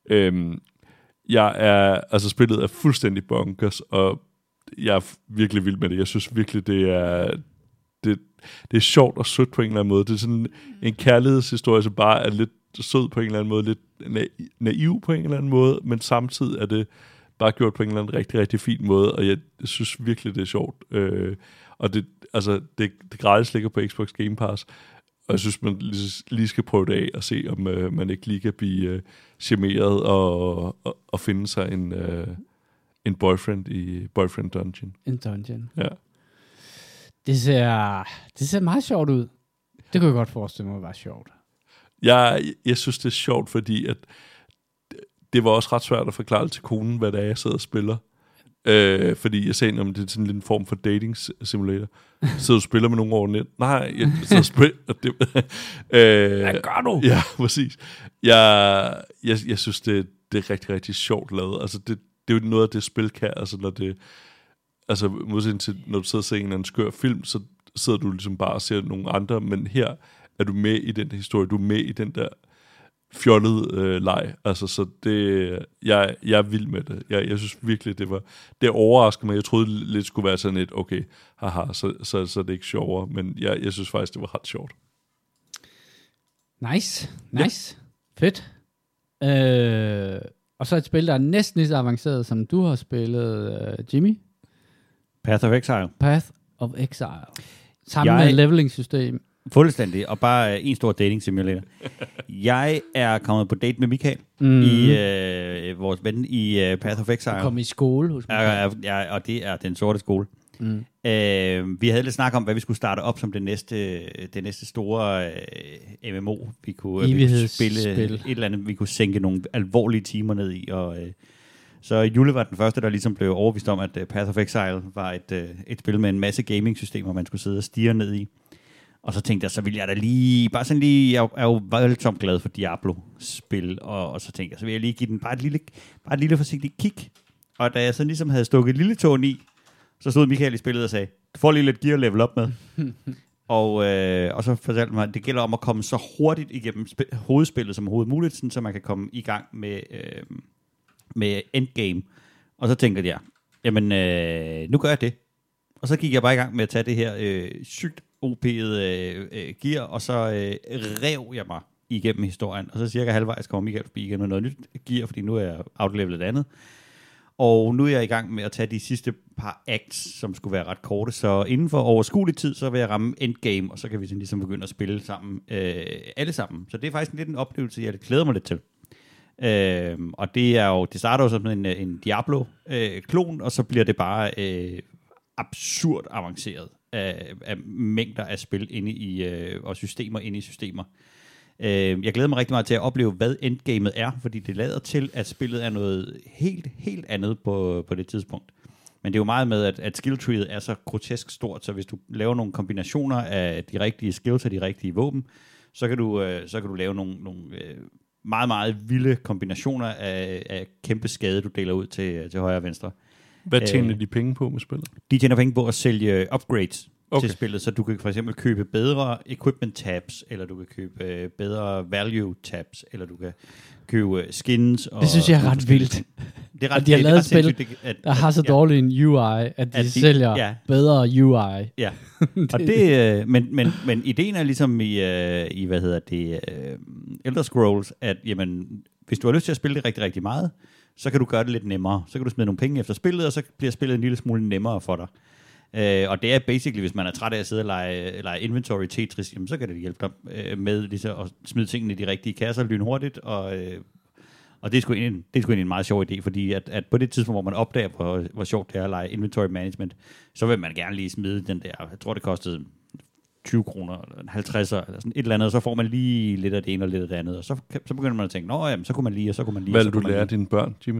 Spillet er fuldstændig bonkers, og jeg er virkelig vild med det. Jeg synes virkelig, det er sjovt og sødt på en eller anden måde. Det er sådan en kærlighedshistorie, som bare er lidt sød på en eller anden måde, lidt naiv på en eller anden måde, men samtidig er det bare gjort på en eller anden rigtig, rigtig fin måde, og jeg synes virkelig, det er sjovt. Og det gratis ligger på Xbox Game Pass, og jeg synes, man lige skal prøve det af og se, om man ikke lige kan blive charmeret og finde sig en boyfriend i Boyfriend Dungeon. En dungeon. Ja. Det ser meget sjovt ud. Det kunne jeg godt forestille mig var sjovt. Jeg synes, det er sjovt, fordi at det var også ret svært at forklare til konen, hvad det er, jeg sidder og spiller. Fordi jeg sagde, at det er sådan en form for dating simulator. Så du spiller med nogen over net. Nej, jeg sidder og spiller. Hvad gør du? Ja, præcis. Jeg synes, det er rigtig, rigtig sjovt lavet. Altså, det er jo noget af det spil kan. Altså, modsætning til, når du sidder og ser en eller anden skør film, så sidder du ligesom bare og ser nogle andre, men her er du med i den historie, du er med i den der fjollede leg. Altså, så jeg er vild med det. Jeg synes virkelig, det overraskede mig. Jeg troede lidt skulle være sådan et, okay, haha, så er det ikke sjovere, men jeg synes faktisk, det var ret sjovt. Nice. Fedt. Og så et spil, der er næsten lige så avanceret, som du har spillet, Jimmy. Path of Exile. Sammen med leveling-system. Fuldstændig, og bare en stor dating simulator. Jeg er kommet på date med Michael, i vores ven i Path of Exile. Du kom i skole hos Michael. Ja, og det er den sorte skole. Vi havde lidt snak om, hvad vi skulle starte op som det næste store MMO, vi kunne spille et eller andet, vi kunne sænke nogle alvorlige timer ned i, og så Jule var den første, der ligesom blev overbevist om, at Path of Exile var et spil med en masse gaming-systemer, man skulle sidde og stirre ned i. Og så tænkte jeg, så ville jeg da lige, jeg er jo voldsomt glad for Diablo-spil, og så tænkte jeg, så vil jeg lige give den bare et lille forsigtigt kig. Og da jeg så ligesom havde stukket et lille tåen i, så stod Michael i spillet og sagde, du får lige lidt gear level op med. og så fortalte mig, at det gælder om at komme så hurtigt igennem hovedspillet som overhovedet muligt, sådan, så man kan komme i gang med endgame. Og så tænkte jeg, jamen nu gør jeg det. Og så gik jeg bare i gang med at tage det her sygt OP'ede gear, og så rev jeg mig igennem historien. Og så cirka halvvejs kommer Michael forbi igen med noget nyt gear, fordi nu er jeg outlevelet andet. Og nu er jeg i gang med at tage de sidste par acts, som skulle være ret korte. Så inden for overskuelig tid, så vil jeg ramme endgame, og så kan vi sådan ligesom begynde at spille sammen, alle sammen. Så det er faktisk lidt en oplevelse, jeg glæder mig lidt til. Og det starter jo som en Diablo-klon, og så bliver det bare absurd avanceret af mængder af spil inde i, og systemer inde i systemer. Jeg glæder mig rigtig meget til at opleve, hvad endgamet er, fordi det lader til, at spillet er noget helt andet på det tidspunkt. Men det er jo meget med, at skilltreet er så grotesk stort, så hvis du laver nogle kombinationer af de rigtige skills og de rigtige våben, så kan du lave nogle meget, meget vilde kombinationer af kæmpe skade, du deler ud til højre og venstre. Hvad tjener de penge på med spillet? De tjener penge på at sælge upgrades til spillet, så du kan for eksempel købe bedre equipment tabs, eller du kan købe bedre value tabs, eller du kan købe skins. Det synes jeg er ret vildt. Det er ret, de har lavet et spil, der har så dårlig en UI, at de sælger bedre UI. Ja, og det, men ideen er ligesom i Elder Scrolls, at jamen, hvis du har lyst til at spille det rigtig, rigtig meget, så kan du gøre det lidt nemmere. Så kan du smide nogle penge efter spillet, og så bliver spillet en lille smule nemmere for dig. Og det er basically, hvis man er træt af at sidde og lege inventory Tetris, jamen, så kan det hjælpe dig med ligesom at smide tingene i de rigtige kasser lynhurtigt, og det er sgu egentlig en meget sjov idé, fordi at på det tidspunkt, hvor man opdager, hvor sjovt det er at lege inventory management, så vil man gerne lige smide den der, jeg tror det kostede 20 kroner, eller 50'er, eller sådan et eller andet, og så får man lige lidt af det ene og lidt af det andet, og så begynder man at tænke, nå jamen, så kunne man lige, og så kunne man lige. Hvad vil du lære dine børn, Jimmy?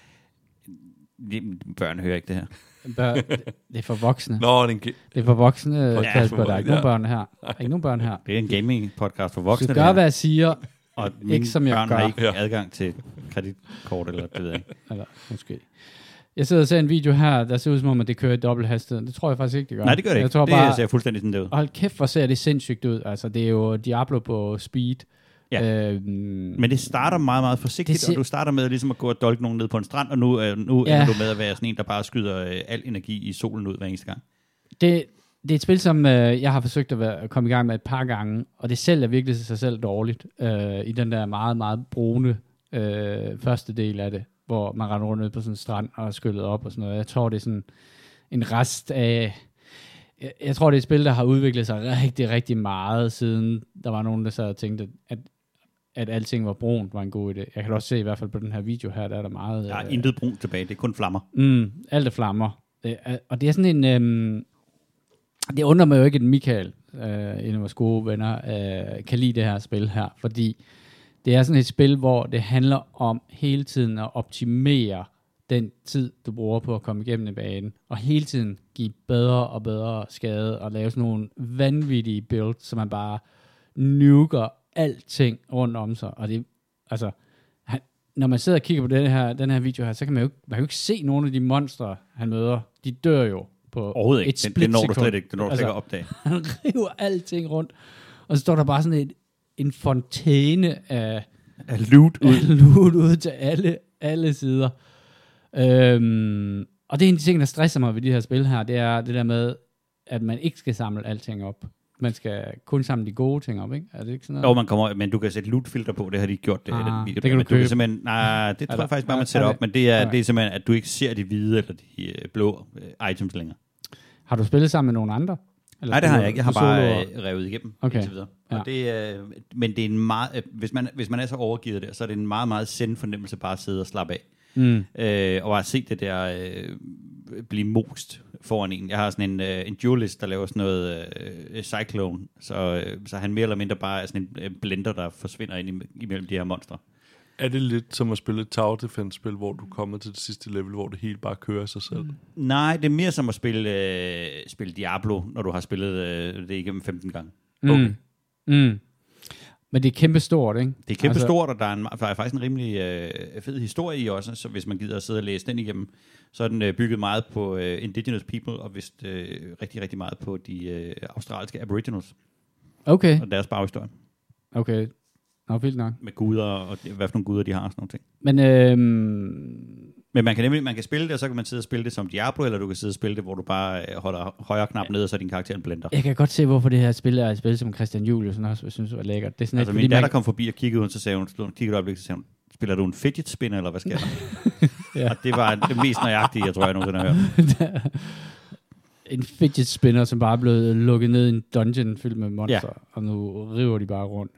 Børn hører ikke det her. Det er for voksne. Nå, det er for voksne, Kasper. Der er ikke nogen børn her. Det er en gaming-podcast for voksne. Du gør, hvad jeg siger, og ikke som jeg gør. Børn har ikke adgang til kreditkort, eller det ved jeg ikke. Eller, måske. Jeg sidder og ser en video her, der ser ud som om, at det kører i dobbelt hastighed. Det tror jeg faktisk ikke, det gør. Nej, det gør det ikke. Jeg tror bare, ser fuldstændig sådan det ud. Hold kæft, hvor ser det sindssygt ud. Altså, det er jo Diablo på speed. Ja. Men det starter meget, meget forsigtigt, og du starter med ligesom at gå og dolke nogen ned på en strand, og nu ender du med at være sådan en, der bare skyder al energi i solen ud hver eneste gang. Det er et spil, som jeg har forsøgt at komme i gang med et par gange, og det sælger virkelig sig selv dårligt i den der meget, meget brune første del af det, hvor man render rundt ned på sådan en strand og er skyllet op og sådan noget. Jeg tror, det er sådan en rest af... Jeg tror, det er et spil, der har udviklet sig rigtig, rigtig meget, siden der var nogen, der sad og tænkte, at alting var brunt, var en god idé. Jeg kan også se, i hvert fald på den her video her, der er der meget... Der er intet brunt tilbage, det er kun flammer. Alt er flammer. Og det er sådan en... det undrer mig jo ikke, at Michael, en af vores gode venner, kan lide det her spil her, fordi det er sådan et spil, hvor det handler om hele tiden at optimere den tid, du bruger på at komme igennem en bane, og hele tiden give bedre og bedre skade, og lave sådan nogle vanvittige builds, så man bare nuker alting rundt om sig, og det, altså, når man sidder og kigger på den her video her, så kan man jo ikke se nogen af de monstre, han møder. De dør jo på overhovedet ikke. et split det når du sekund. slet ikke. Det når du slet ikke at opdage. Han river alting rundt, og så står der bare sådan en fontæne af loot ud til alle sider. Og det er en af de ting, der stresser mig ved de her spil her, det er det der med, at man ikke skal samle alting op. Man skal kun samle de gode ting op, ikke? Er det ikke sådan noget? Jo, men du kan sætte lootfilter på, det har de gjort. Den video, det kan du købe. Nej, det tror jeg faktisk bare, man sætter op, men det er simpelthen, at du ikke ser de hvide eller de blå items længere. Har du spillet sammen med nogen andre? Eller Nej, det har jeg ikke. Jeg har bare revet igennem. Okay. Videre. Og men det er en meget, hvis man er så overgivet der, så er det en meget, meget send fornemmelse bare at sidde og slappe af. Og at se det der blive most foran en. Jeg har sådan en duelist, der laver sådan noget cyclone, så han mere eller mindre bare er sådan en blender, der forsvinder ind imellem de her monstre. Er det lidt som at spille et tower defense-spil, hvor du kommer til det sidste level, hvor det hele bare kører sig selv? Nej, det er mere som at spille Diablo, når du har spillet det igennem 15 gange. Okay. Men det er kæmpe stort, ikke? Det er kæmpe stort, og der er faktisk en rimelig fed historie i også, så hvis man gider at sidde og læse den igennem, så er den bygget meget på indigenous people, og vist rigtig, rigtig meget på de australske aboriginals. Okay. Og deres baghistorie. Okay. Nå, vildt nok. Med guder, og hvad for nogle guder de har, og sådan nogle ting. Men man kan spille det, og så kan man sidde og spille det som Diablo, eller du kan sidde og spille det, hvor du bare holder højre knap ned, og så er din karakter en blender. Jeg kan godt se, hvorfor det her spil er et spil, som Christian Juliusen også synes var lækkert. Det er sådan altså min datter kom forbi og kiggede ud, så sagde hun, så sagde hun, spiller du en fidget spinner, eller hvad sker der? Ja. Og det var det mest nøjagtige, jeg tror, jeg nogensinde har hørt. En fidget spinner, som bare er blevet lukket ned i en dungeon fyldt med monster, og nu river de bare rundt.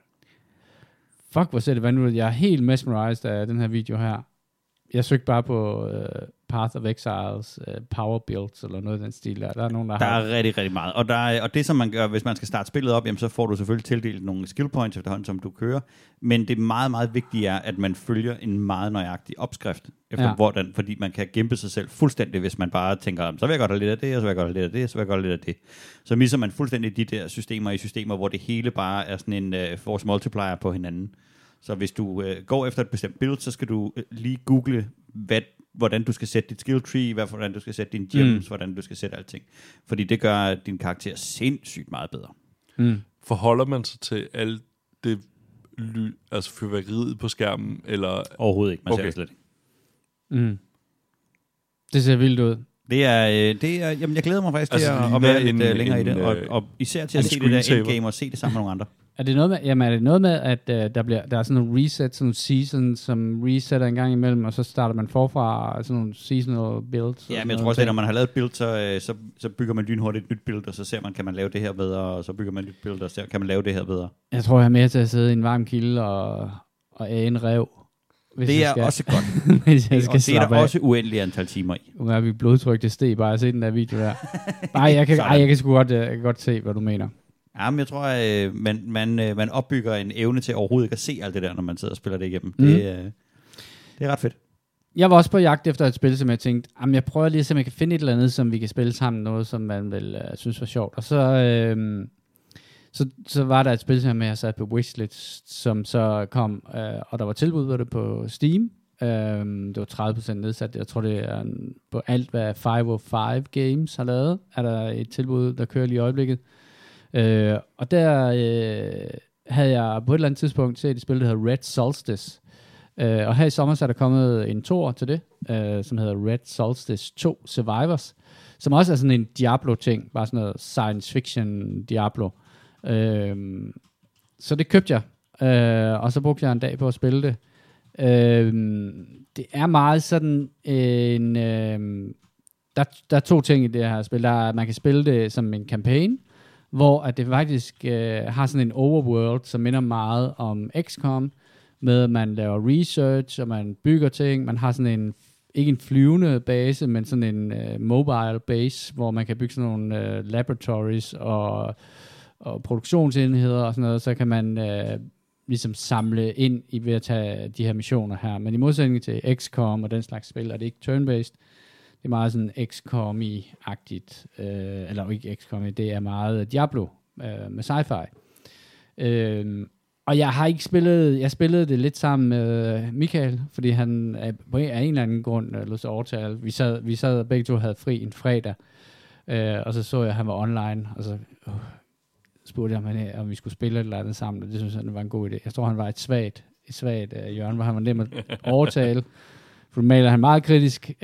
Fuck, hvor ser det vanvittigt. Jeg er helt mesmerized af den her video her. Jeg søgte bare på Path of Exiles power builds, eller noget af den stil der. Der er nogen, der har... er rigtig, rigtig meget. Og det, som man gør, hvis man skal starte spillet op, jamen, så får du selvfølgelig tildelt nogle skill points efterhånden, som du kører. Men det meget, meget vigtige er, at man følger en meget nøjagtig opskrift, efter fordi man kan gemme sig selv fuldstændig, hvis man bare tænker, så vil jeg godt have lidt af det, og så vil jeg godt have lidt af det, og så vil jeg godt have lidt af det. Så misser man fuldstændig de der systemer, hvor det hele bare er sådan en force multiplier på hinanden. Så hvis du går efter et bestemt build, så skal du lige google, hvordan du skal sætte dit skill tree, hvordan du skal sætte dine gems, hvordan du skal sætte alting. Fordi det gør din karakter sindssygt meget bedre. Forholder man sig til alt det altså fyrværkeriet på skærmen, eller... Overhovedet ikke, man ser det slet ikke. Det ser vildt ud. Det er jamen jeg glæder mig faktisk til at være lidt længere i det, og især til at se det der endgame og se det sammen med nogle andre. Er det noget med, at der er sådan nogle reset, sådan nogle season, som resetter en gang imellem, og så starter man forfra sådan nogle seasonal builds? Ja, men jeg tror også, at når man har lavet et build, så bygger man lynhurtigt et nyt build, og så ser man, kan man lave det her bedre, og så bygger man et nyt build, og så kan man lave det her bedre. Jeg tror, jeg er mere til at sidde i en varm kilde og æge en rev. Det er også godt. Det er der også uendelige antal timer i. Nu er vi blodtryk, det steg bare at se den der video der. Jeg kan sgu godt se, hvad du mener. Ja, men jeg tror, at man opbygger en evne til overhovedet ikke at se alt det der, når man sidder og spiller det igennem. Det er ret fedt. Jeg var også på jagt efter et spil, som jeg tænkte, jeg prøver lige at se, om jeg kan finde et eller andet, som vi kan spille sammen, noget som man vel synes var sjovt. Og så var der et spil, som jeg satte på wishlist, som så kom, og der var tilbud på det på Steam. Det var 30% nedsat. Jeg tror, det er på alt, hvad 505 Games har lavet, er der et tilbud, der kører lige i øjeblikket. Og der havde jeg på et eller andet tidspunkt set et spil, der hedder Red Solstice. Og her i sommer så er der kommet en toer til det, som hedder Red Solstice 2 Survivors, som også er sådan en Diablo-ting, bare sådan noget science fiction Diablo. Så det købte jeg, og så brugte jeg en dag på at spille det. Det er meget sådan en... der er to ting i det her spil. Man kan spille det som en campaign, hvor at det faktisk har sådan en overworld, som minder meget om XCOM, med at man laver research, og man bygger ting. Man har sådan en, ikke en flyvende base, men sådan en mobile base, hvor man kan bygge sådan nogle laboratories og produktionsenheder og sådan noget. Så kan man ligesom samle ind i ved at tage de her missioner her. Men i modsætning til XCOM og den slags spil, er det ikke turn-based. Det er meget sådan XCOM-agtigt. Eller ikke XCOM, det er meget Diablo med sci-fi. Og jeg har ikke spillet, jeg spillede det lidt sammen med Michael, fordi han af en eller anden grund lød sig overtale. Vi sad begge to havde fri en fredag, og så jeg, at han var online, og så spurgte jeg, om vi skulle spille et eller andet sammen, og det synes jeg, var en god idé. Jeg tror, han var et svagt hjørne, hvor han var nem at overtale, for normalt er han meget kritisk.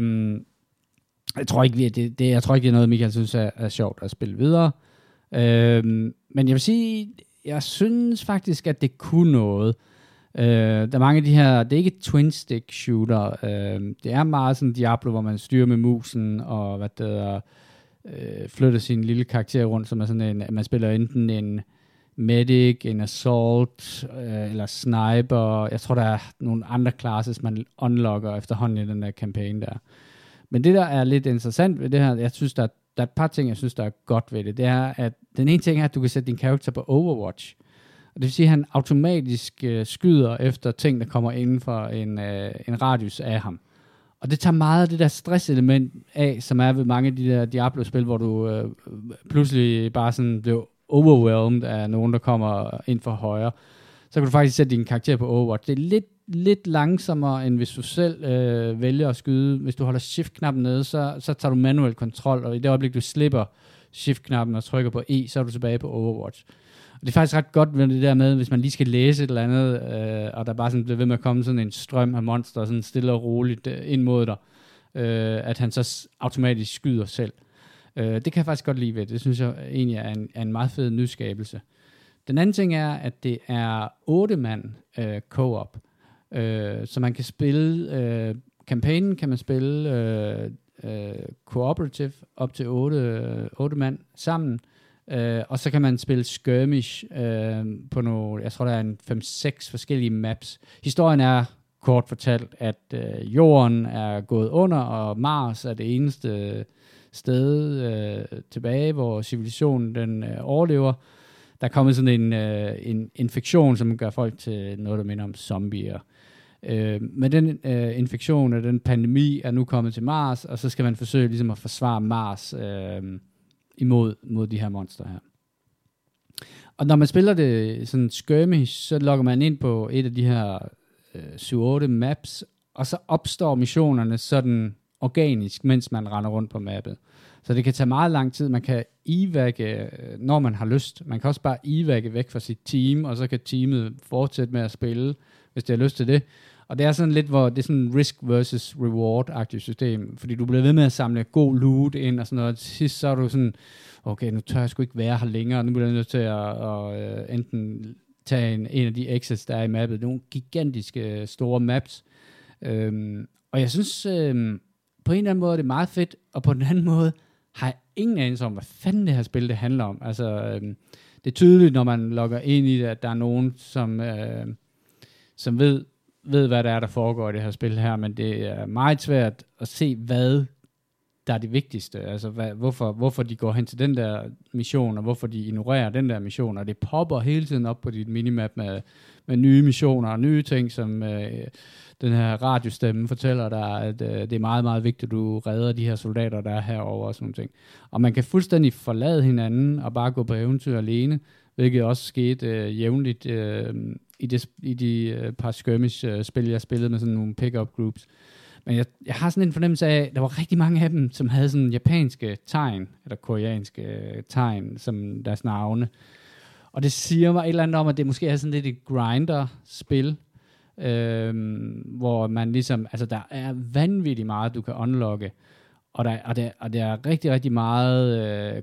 Jeg tror ikke, det er noget, Michael synes er sjovt at spille videre. Men jeg vil sige, jeg synes faktisk, at det kunne noget. Der er mange af de her, det er ikke twin stick shooter, det er meget sådan Diablo, hvor man styrer med musen, og flytter sin lille karakter rundt, som er sådan man spiller enten en medic, en assault, eller sniper. Jeg tror, der er nogle andre classes, man unlocker efterhånden i den der campaign der. Men det, der er lidt interessant ved det her, jeg synes, der er et par ting, jeg synes, der er godt ved det. Det er, at den ene ting er, at du kan sætte din karakter på Overwatch. Og det vil sige, at han automatisk skyder efter ting, der kommer inden for en radius af ham. Og det tager meget af det der stresselement af, som er ved mange af de der Diablo-spil, hvor du pludselig bare sådan bliver overwhelmed af nogen, der kommer ind for højre. Så kan du faktisk sætte din karakter på Overwatch. Det er lidt langsommere, end hvis du selv vælger at skyde. Hvis du holder shift-knappen nede, så tager du manuel kontrol, og i det øjeblik, du slipper shift-knappen og trykker på E, så er du tilbage på Overwatch. Og det er faktisk ret godt ved det der med, hvis man lige skal læse et eller andet, og der bare sådan bliver ved med at komme sådan en strøm af monster, sådan stille og roligt ind mod dig, at han så automatisk skyder selv. Det kan jeg faktisk godt lide ved. Det synes jeg egentlig er en meget fed nyskabelse. Den anden ting er, at det er 8-mand co-op. Så man kan spille, kampagnen kan man spille cooperative op til 8 mand sammen. Og så kan man spille skirmish på nogle, jeg tror der er 5-6 forskellige maps. Historien er kort fortalt, at jorden er gået under, og Mars er det eneste sted tilbage, hvor civilisationen den overlever. Der er kommet sådan en infektion, som gør folk til noget, der minder om zombier. Men den infektion og den pandemi er nu kommet til Mars, og så skal man forsøge ligesom at forsvare Mars imod de her monster her. Og når man spiller det sådan skirmish, så logger man ind på et af de her 7-8 maps, og så opstår missionerne sådan organisk, mens man render rundt på mappet. Så det kan tage meget lang tid. Man kan evac'e, når man har lyst. Man kan også bare evac'e væk fra sit team, og så kan teamet fortsætte med at spille, hvis det har lyst til det. Og det er sådan lidt, hvor det er sådan en risk versus reward-agtigt system, fordi du bliver ved med at samle god loot ind og sådan noget. Til sidst så er du sådan, okay, nu tør jeg sgu ikke være her længere, nu bliver jeg nødt til at enten tage en af de exits, der er i mappet. Nogle gigantiske store maps. Og jeg synes, på en eller anden måde er det meget fedt, og på den anden måde har jeg ingen anelse om, hvad fanden det her spil det handler om. Altså, det er tydeligt, når man logger ind i det, at der er nogen, som ved, hvad der er, der foregår i det her spil her, men det er meget svært at se, hvad der er det vigtigste. Altså, hvorfor de går hen til den der mission, og hvorfor de ignorerer den der mission, og det popper hele tiden op på dit minimap med nye missioner og nye ting, som den her radiostemme fortæller dig, at det er meget, meget vigtigt, at du redder de her soldater, der er herovre og sådan nogle ting. Og man kan fuldstændig forlade hinanden og bare gå på eventyr alene, hvilket også skete jævnligt i de par skirmish-spil, jeg spillede med sådan nogle pick-up groups. Men jeg har sådan en fornemmelse af, at der var rigtig mange af dem, som havde sådan japanske tegn, eller koreanske tegn, som deres navne. Og det siger mig et eller andet om, at det måske er sådan lidt et grinder-spil, hvor man ligesom, altså der er vanvittigt meget, du kan unlocke, og der er rigtig, rigtig meget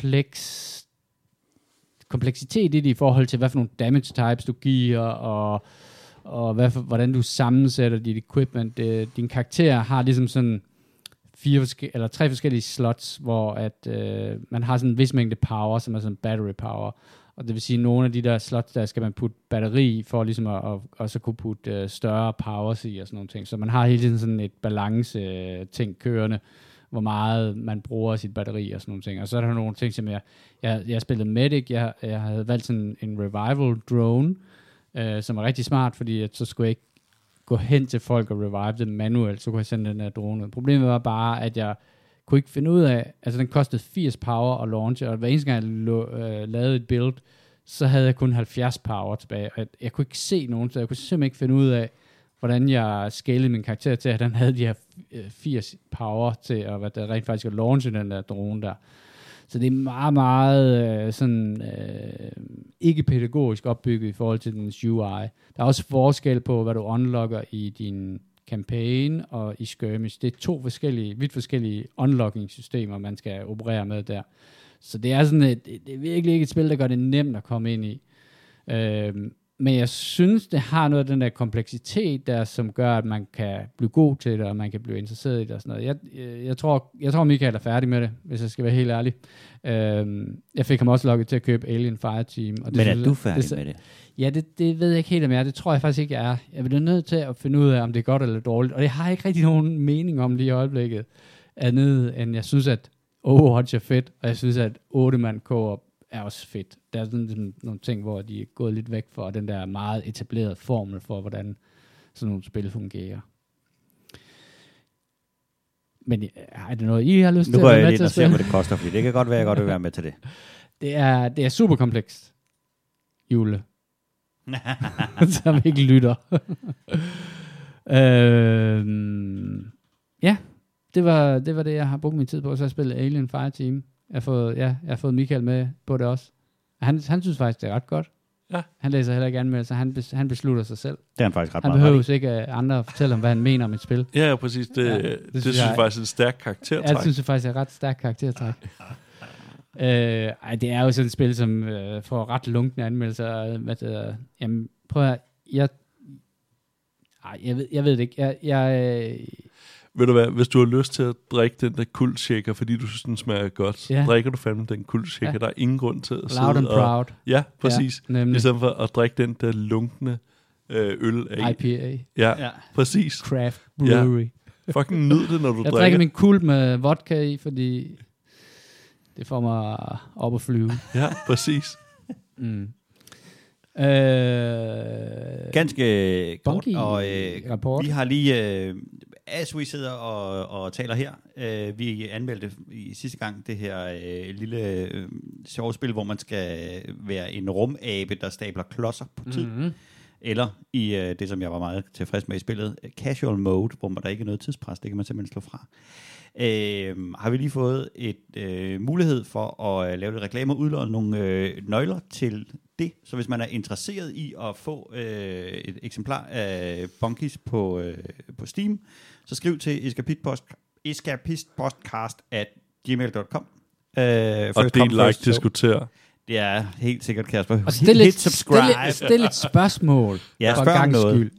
kompleksitet i det i forhold til, hvad for nogle damage types du giver, og hvordan du sammensætter dit equipment. Din karakter har ligesom sådan 3 forskellige slots, hvor at man har sådan en vis mængde power, som er sådan battery power. Og det vil sige, at nogle af de der slots, der skal man putte batteri for ligesom at så kunne putte større powers i og sådan nogle ting. Så man har hele tiden sådan et balance ting kørende, hvor meget man bruger sit batteri og sådan nogle ting. Og så er der nogle ting, som jeg spillede medic. Jeg havde valgt sådan en revival drone, som er rigtig smart, fordi at så skulle jeg ikke gå hen til folk og revive dem manuelt, så kunne jeg sende den der drone ud. Problemet var bare, at jeg kunne ikke finde ud af, altså den kostede 80 power at launche, og hver eneste gang jeg lavede et build, så havde jeg kun 70 power tilbage, og jeg kunne ikke se nogen, så jeg kunne simpelthen ikke finde ud af, hvordan jeg scalede min karakter til, at den havde de her 80 power til at rent faktisk at launche den der drone der. Så det er meget, meget ikke pædagogisk opbygget i forhold til dens UI. Der er også forskel på, hvad du unlocker i din campaign og i skirmish. Det er 2 vidt forskellige unlocking-systemer, man skal operere med der. Så det er sådan det er virkelig ikke et spil, der gør det nemt at komme ind i. Men jeg synes, det har noget af den der kompleksitet der, som gør, at man kan blive god til det, og man kan blive interesseret i det og sådan noget. Jeg tror Michael er færdig med det, hvis jeg skal være helt ærlig. Jeg fik ham også lukket til at købe Alien Fireteam. Og det, men er du færdig med det? Ja, det ved jeg ikke helt, om jeg er. Det tror jeg faktisk ikke, jeg er. Jeg bliver nødt til at finde ud af, om det er godt eller dårligt. Og det har jeg ikke rigtig nogen mening om lige i øjeblikket. Andet end jeg synes, at Overwatch er fedt, og jeg synes, at 8-mand co-op er også fedt. Der er sådan nogle ting, hvor de er gået lidt væk fra den der meget etablerede formel for, hvordan sådan nogle spil fungerer. Men er det noget, I har lyst til at være med til at spille? Nu går jeg lige og ser, hvad det koster, fordi det kan godt være, jeg godt vil være med til det. Det er super komplekst, Jule. Som ikke lytter. Ja, det var det, jeg har brugt min tid på, så jeg spillede Alien Fireteam. Jeg har fået Michael med på det også. Han synes faktisk, det er ret godt. Ja. Han læser heller ikke anmeldelser, han beslutter sig selv. Det er han faktisk ret meget. Han behøver ikke andre at fortælle om, hvad han mener om et spil. Ja, præcis. Det synes jeg faktisk er et stærkt karaktertræk. Jeg synes faktisk er et ret stærkt karaktertræk. Det er jo sådan et spil, som får ret lunkne anmeldelser. Jamen, prøv at... Jeg ved det ikke. Ved du hvad, hvis du har lyst til at drikke den der kuldshaker, fordi du synes, den smager godt, drikker du fandme den kuldshaker. Ja. Der er ingen grund til at sidde Loud and proud. Ja, præcis. Ja, i stedet for at drikke den der lunkne øl af. IPA. Ja, præcis. Craft brewery. Ja. Fucking nyd det, når du drikker. Jeg drikker min kult med vodka i, fordi det får mig op at flyve. Ja, præcis. Ganske kort, og vi har lige, as we sidder og taler her, vi anmeldte i sidste gang det her lille sjove spil, hvor man skal være en rumabe, der stabler klodser på tid. Mm-hmm. Eller i det, som jeg var meget tilfreds med i spillet, casual mode, hvor der ikke er noget tidspres, det kan man simpelthen slå fra. Har vi lige fået et mulighed for at lave lidt reklame og udlåne nogle nøgler til det. Så hvis man er interesseret i at få et eksemplar af Bunkies på Steam, så skriv til escapistpodcast@gmail.com. Og del, like, diskutere. Det er helt sikkert, Kasper. Og hit subscribe. Stil et spørgsmål. Ja, spørg om noget. Skyld.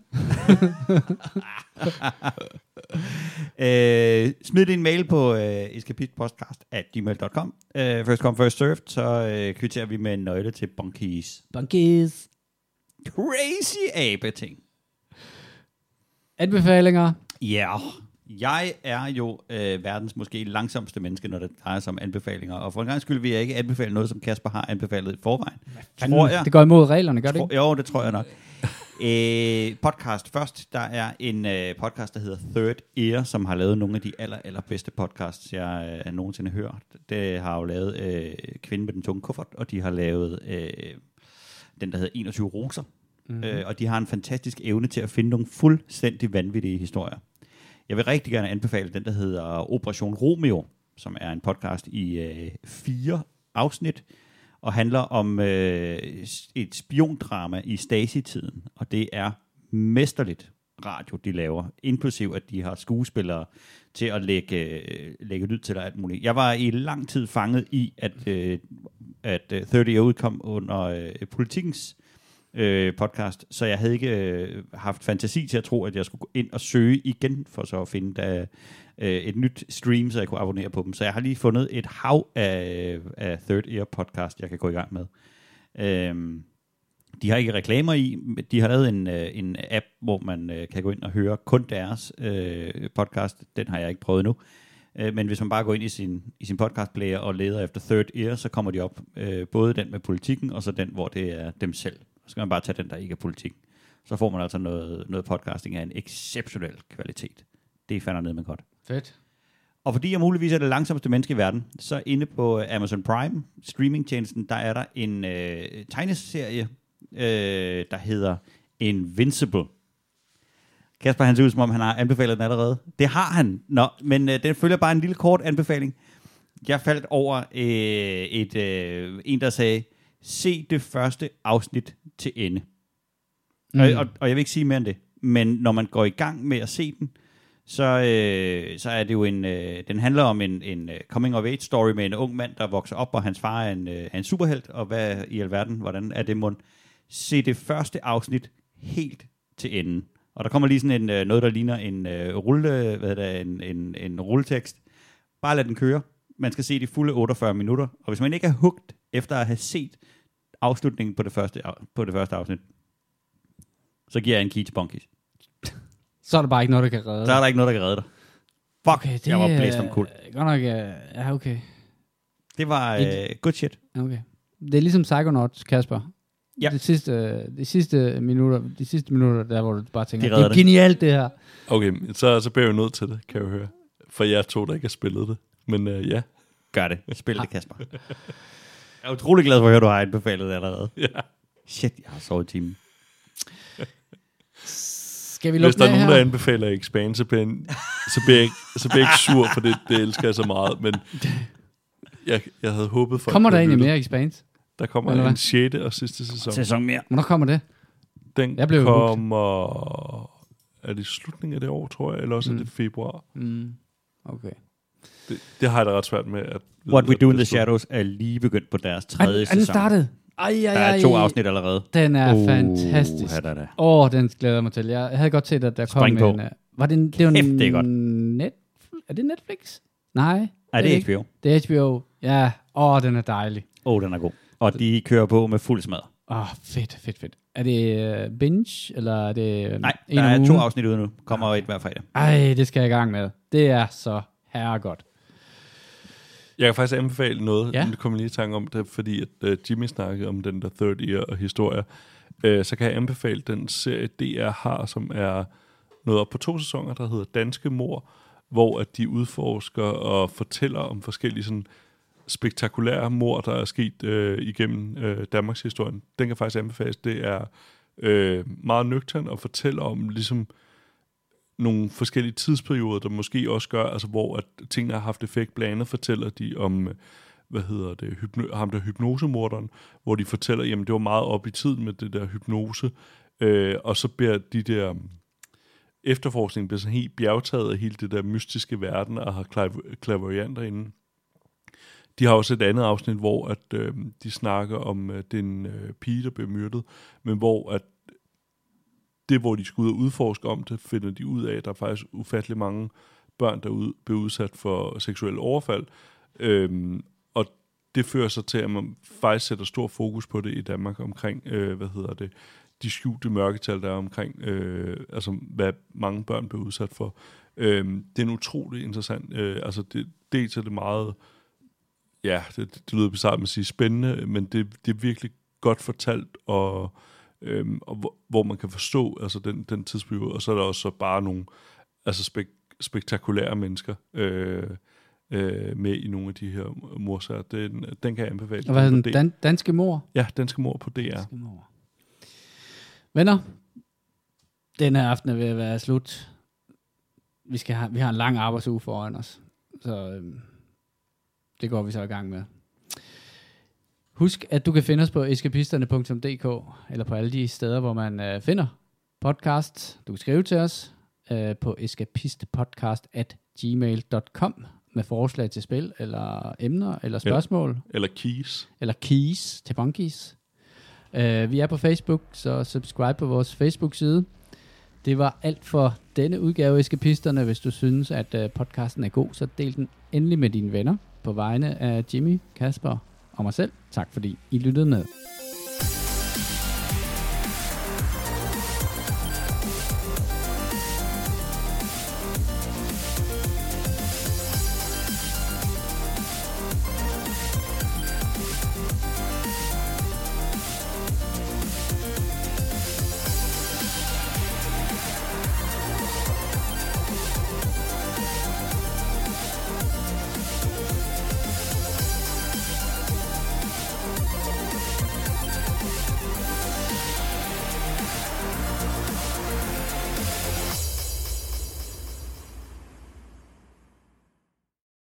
Smid din mail på escapistpodcast@gmail.com. First come, first served, så kvitterer vi med en nøgle til Bunkies. Bunkies. Crazy abe-ting. Anbefalinger? Ja, jeg er jo verdens måske langsomste menneske, når det drejer sig om anbefalinger. Og for en gang skyld vil jeg ikke anbefale noget, som Kasper har anbefalet i forvejen. Tror jeg. Det går imod reglerne, gør det ikke? Jo, det tror jeg nok. Podcast først. Der er en podcast, der hedder Third Ear, som har lavet nogle af de allerbedste podcasts, jeg nogensinde har hørt. Det har jo lavet Kvinden med den tunge kuffert, og de har lavet den, der hedder 21 roser. Mm-hmm. Og de har en fantastisk evne til at finde nogle fuldstændig vanvittige historier. Jeg vil rigtig gerne anbefale den, der hedder Operation Romeo, som er en podcast i 4 afsnit, og handler om et spiondrama i Stasi-tiden, og det er mesterligt radio, de laver, inklusiv at de har skuespillere til at lægge lyd til og alt muligt. Jeg var i lang tid fanget i, at 30 år udkom under Politikens podcast, så jeg havde ikke haft fantasi til at tro, at jeg skulle gå ind og søge igen, for så at finde et nyt stream, så jeg kunne abonnere på dem. Så jeg har lige fundet et hav af Third Ear podcast, jeg kan gå i gang med. De har ikke reklamer i. De har lavet en app, hvor man kan gå ind og høre kun deres podcast. Den har jeg ikke prøvet endnu. Men hvis man bare går ind i sin podcastplayer og leder efter Third Ear, så kommer de op. Både den med politikken, og så den, hvor det er dem selv. Så skal man bare tage den, der ikke er politik. Så får man altså noget podcasting af en exceptionel kvalitet. Det fandt ned med godt. Fedt. Og fordi jeg muligvis er det langsomste menneske i verden, så inde på Amazon Prime, streamingtjenesten, der er der en tegneserie, der hedder Invincible. Kasper, han ser ud som om, han har anbefalet den allerede. Det har han. Nå, men den følger bare en lille kort anbefaling. Jeg faldt over en, der sagde, se det første afsnit til ende. Og jeg vil ikke sige mere end det. Men når man går i gang med at se den, så er det jo den handler om en coming of age story med en ung mand, der vokser op, og hans far er en superhelt, og hvad i alverden, hvordan er det mund? Se det første afsnit helt til enden. Og der kommer lige sådan noget, der ligner en rulletekst. Bare lad den køre. Man skal se de fulde 48 minutter. Og hvis man ikke er hugt efter at have set afslutningen på det første afsnit, så giver jeg en key til Bunkies. Så er der bare ikke noget, der kan redde. Så er der ikke noget, der kan redde dig. Fuck, Okay, det jeg var blæst om kul. Godt nok, ja, okay. Det var good shit. Okay. Det er ligesom Psychonauts, Kasper. Ja. De sidste minutter, der hvor du bare tænker, Det det er genialt det her. Okay, så bliver jeg nødt til det, kan jeg høre. For jeg tror, der ikke har spillet det. Men ja. Gør det. Spil det, Kasper. Jeg er utrolig glad for at høre, du har anbefalet det allerede. Ja. Shit, jeg har sovet i timen. Skal vi lukke Hvis der er nogen, her? der anbefaler Expand, så bliver jeg ikke sur, for det elsker jeg så meget. Men jeg havde håbet for... Kommer der egentlig mere Expanse? Der kommer Eller hvad? en 6. og sidste sæson. mere. Hvornår kommer det? Den Jeg blev kommer... Er det i slutningen af det år, tror jeg? Eller også er det februar? Okay. Det har jeg da ret svært med. At What We Do in the Shadows er lige begyndt på deres tredje sæson. Er den startet? Der er 2 afsnit allerede. Den er fantastisk. Den glæder jeg mig til. Jeg havde godt set, at der Spring kom på. en... Var det en... Det var Kæft, det er godt. Er det Netflix? Nej. Er det ikke. HBO? Det er HBO. Ja. Den er dejlig. Den er god. Og de kører på med fuld smad. Fedt. Er det binge, eller er det... Nej, der er 2 afsnit ude nu. Kommer et hver fredag. Det skal jeg i gang med. Det er så herregodt. Jeg kan faktisk anbefale noget, Ja. det kommer lige i tanke om det, fordi at Jimmy snakkede om den der third year og historie. Så kan jeg anbefale den serie DR har, som er noget op på 2 sæsoner, der hedder Danske Mord, hvor at de udforsker og fortæller om forskellige sådan spektakulære mord, der er sket igennem Danmarks historien. Den kan faktisk anbefales. Det er meget nøgtern og fortæller om ligesom nogle forskellige tidsperioder, der måske også gør, altså hvor at tingene har haft effekt. Blandt andet fortæller de om, ham der hypnosemorderen, hvor de fortæller, jamen det var meget op i tiden med det der hypnose, og så bliver de der efterforskning bliver sådan helt bjergtaget af hele det der mystiske verden, og har klaverjanter inde. De har også et andet afsnit, hvor at, de snakker om den pige, der bliver myrdet, men hvor at det, hvor de skal ud og udforske om det, finder de ud af, at der er faktisk ufattelig mange børn, der bliver udsat for seksuelle overfald. Og det fører så til, at man faktisk sætter stor fokus på det i Danmark omkring, de skjulte mørketal, der er omkring, altså hvad mange børn bliver udsat for. Det er en utrolig interessant, dels er det meget, det lyder bizarrt med at sige spændende, men det er virkelig godt fortalt, og hvor man kan forstå altså den tidsperiode, og så er der også så bare nogle spektakulære mennesker med i nogle af de her morsager. Den kan jeg anbefale. Og hvad er den? Danske Mord? Ja, Danske Mord på DR. Danske Mord. Venner, den her aften er ved at være slut. Vi har en lang arbejdsuge foran os, så det går vi så i gang med. Husk, at du kan finde os på eskapisterne.dk, eller på alle de steder, hvor man finder podcast. Du kan skrive til os på eskapistepodcast@gmail.com med forslag til spil, eller emner, eller spørgsmål. Eller keys. Eller keys til Bunkies. Vi er på Facebook, så subscribe på vores Facebook-side. Det var alt for denne udgave af Eskapisterne. Hvis du synes, at podcasten er god, så del den endelig med dine venner. På vegne af Jimmy, Kasper og mig selv. Tak fordi I lyttede med.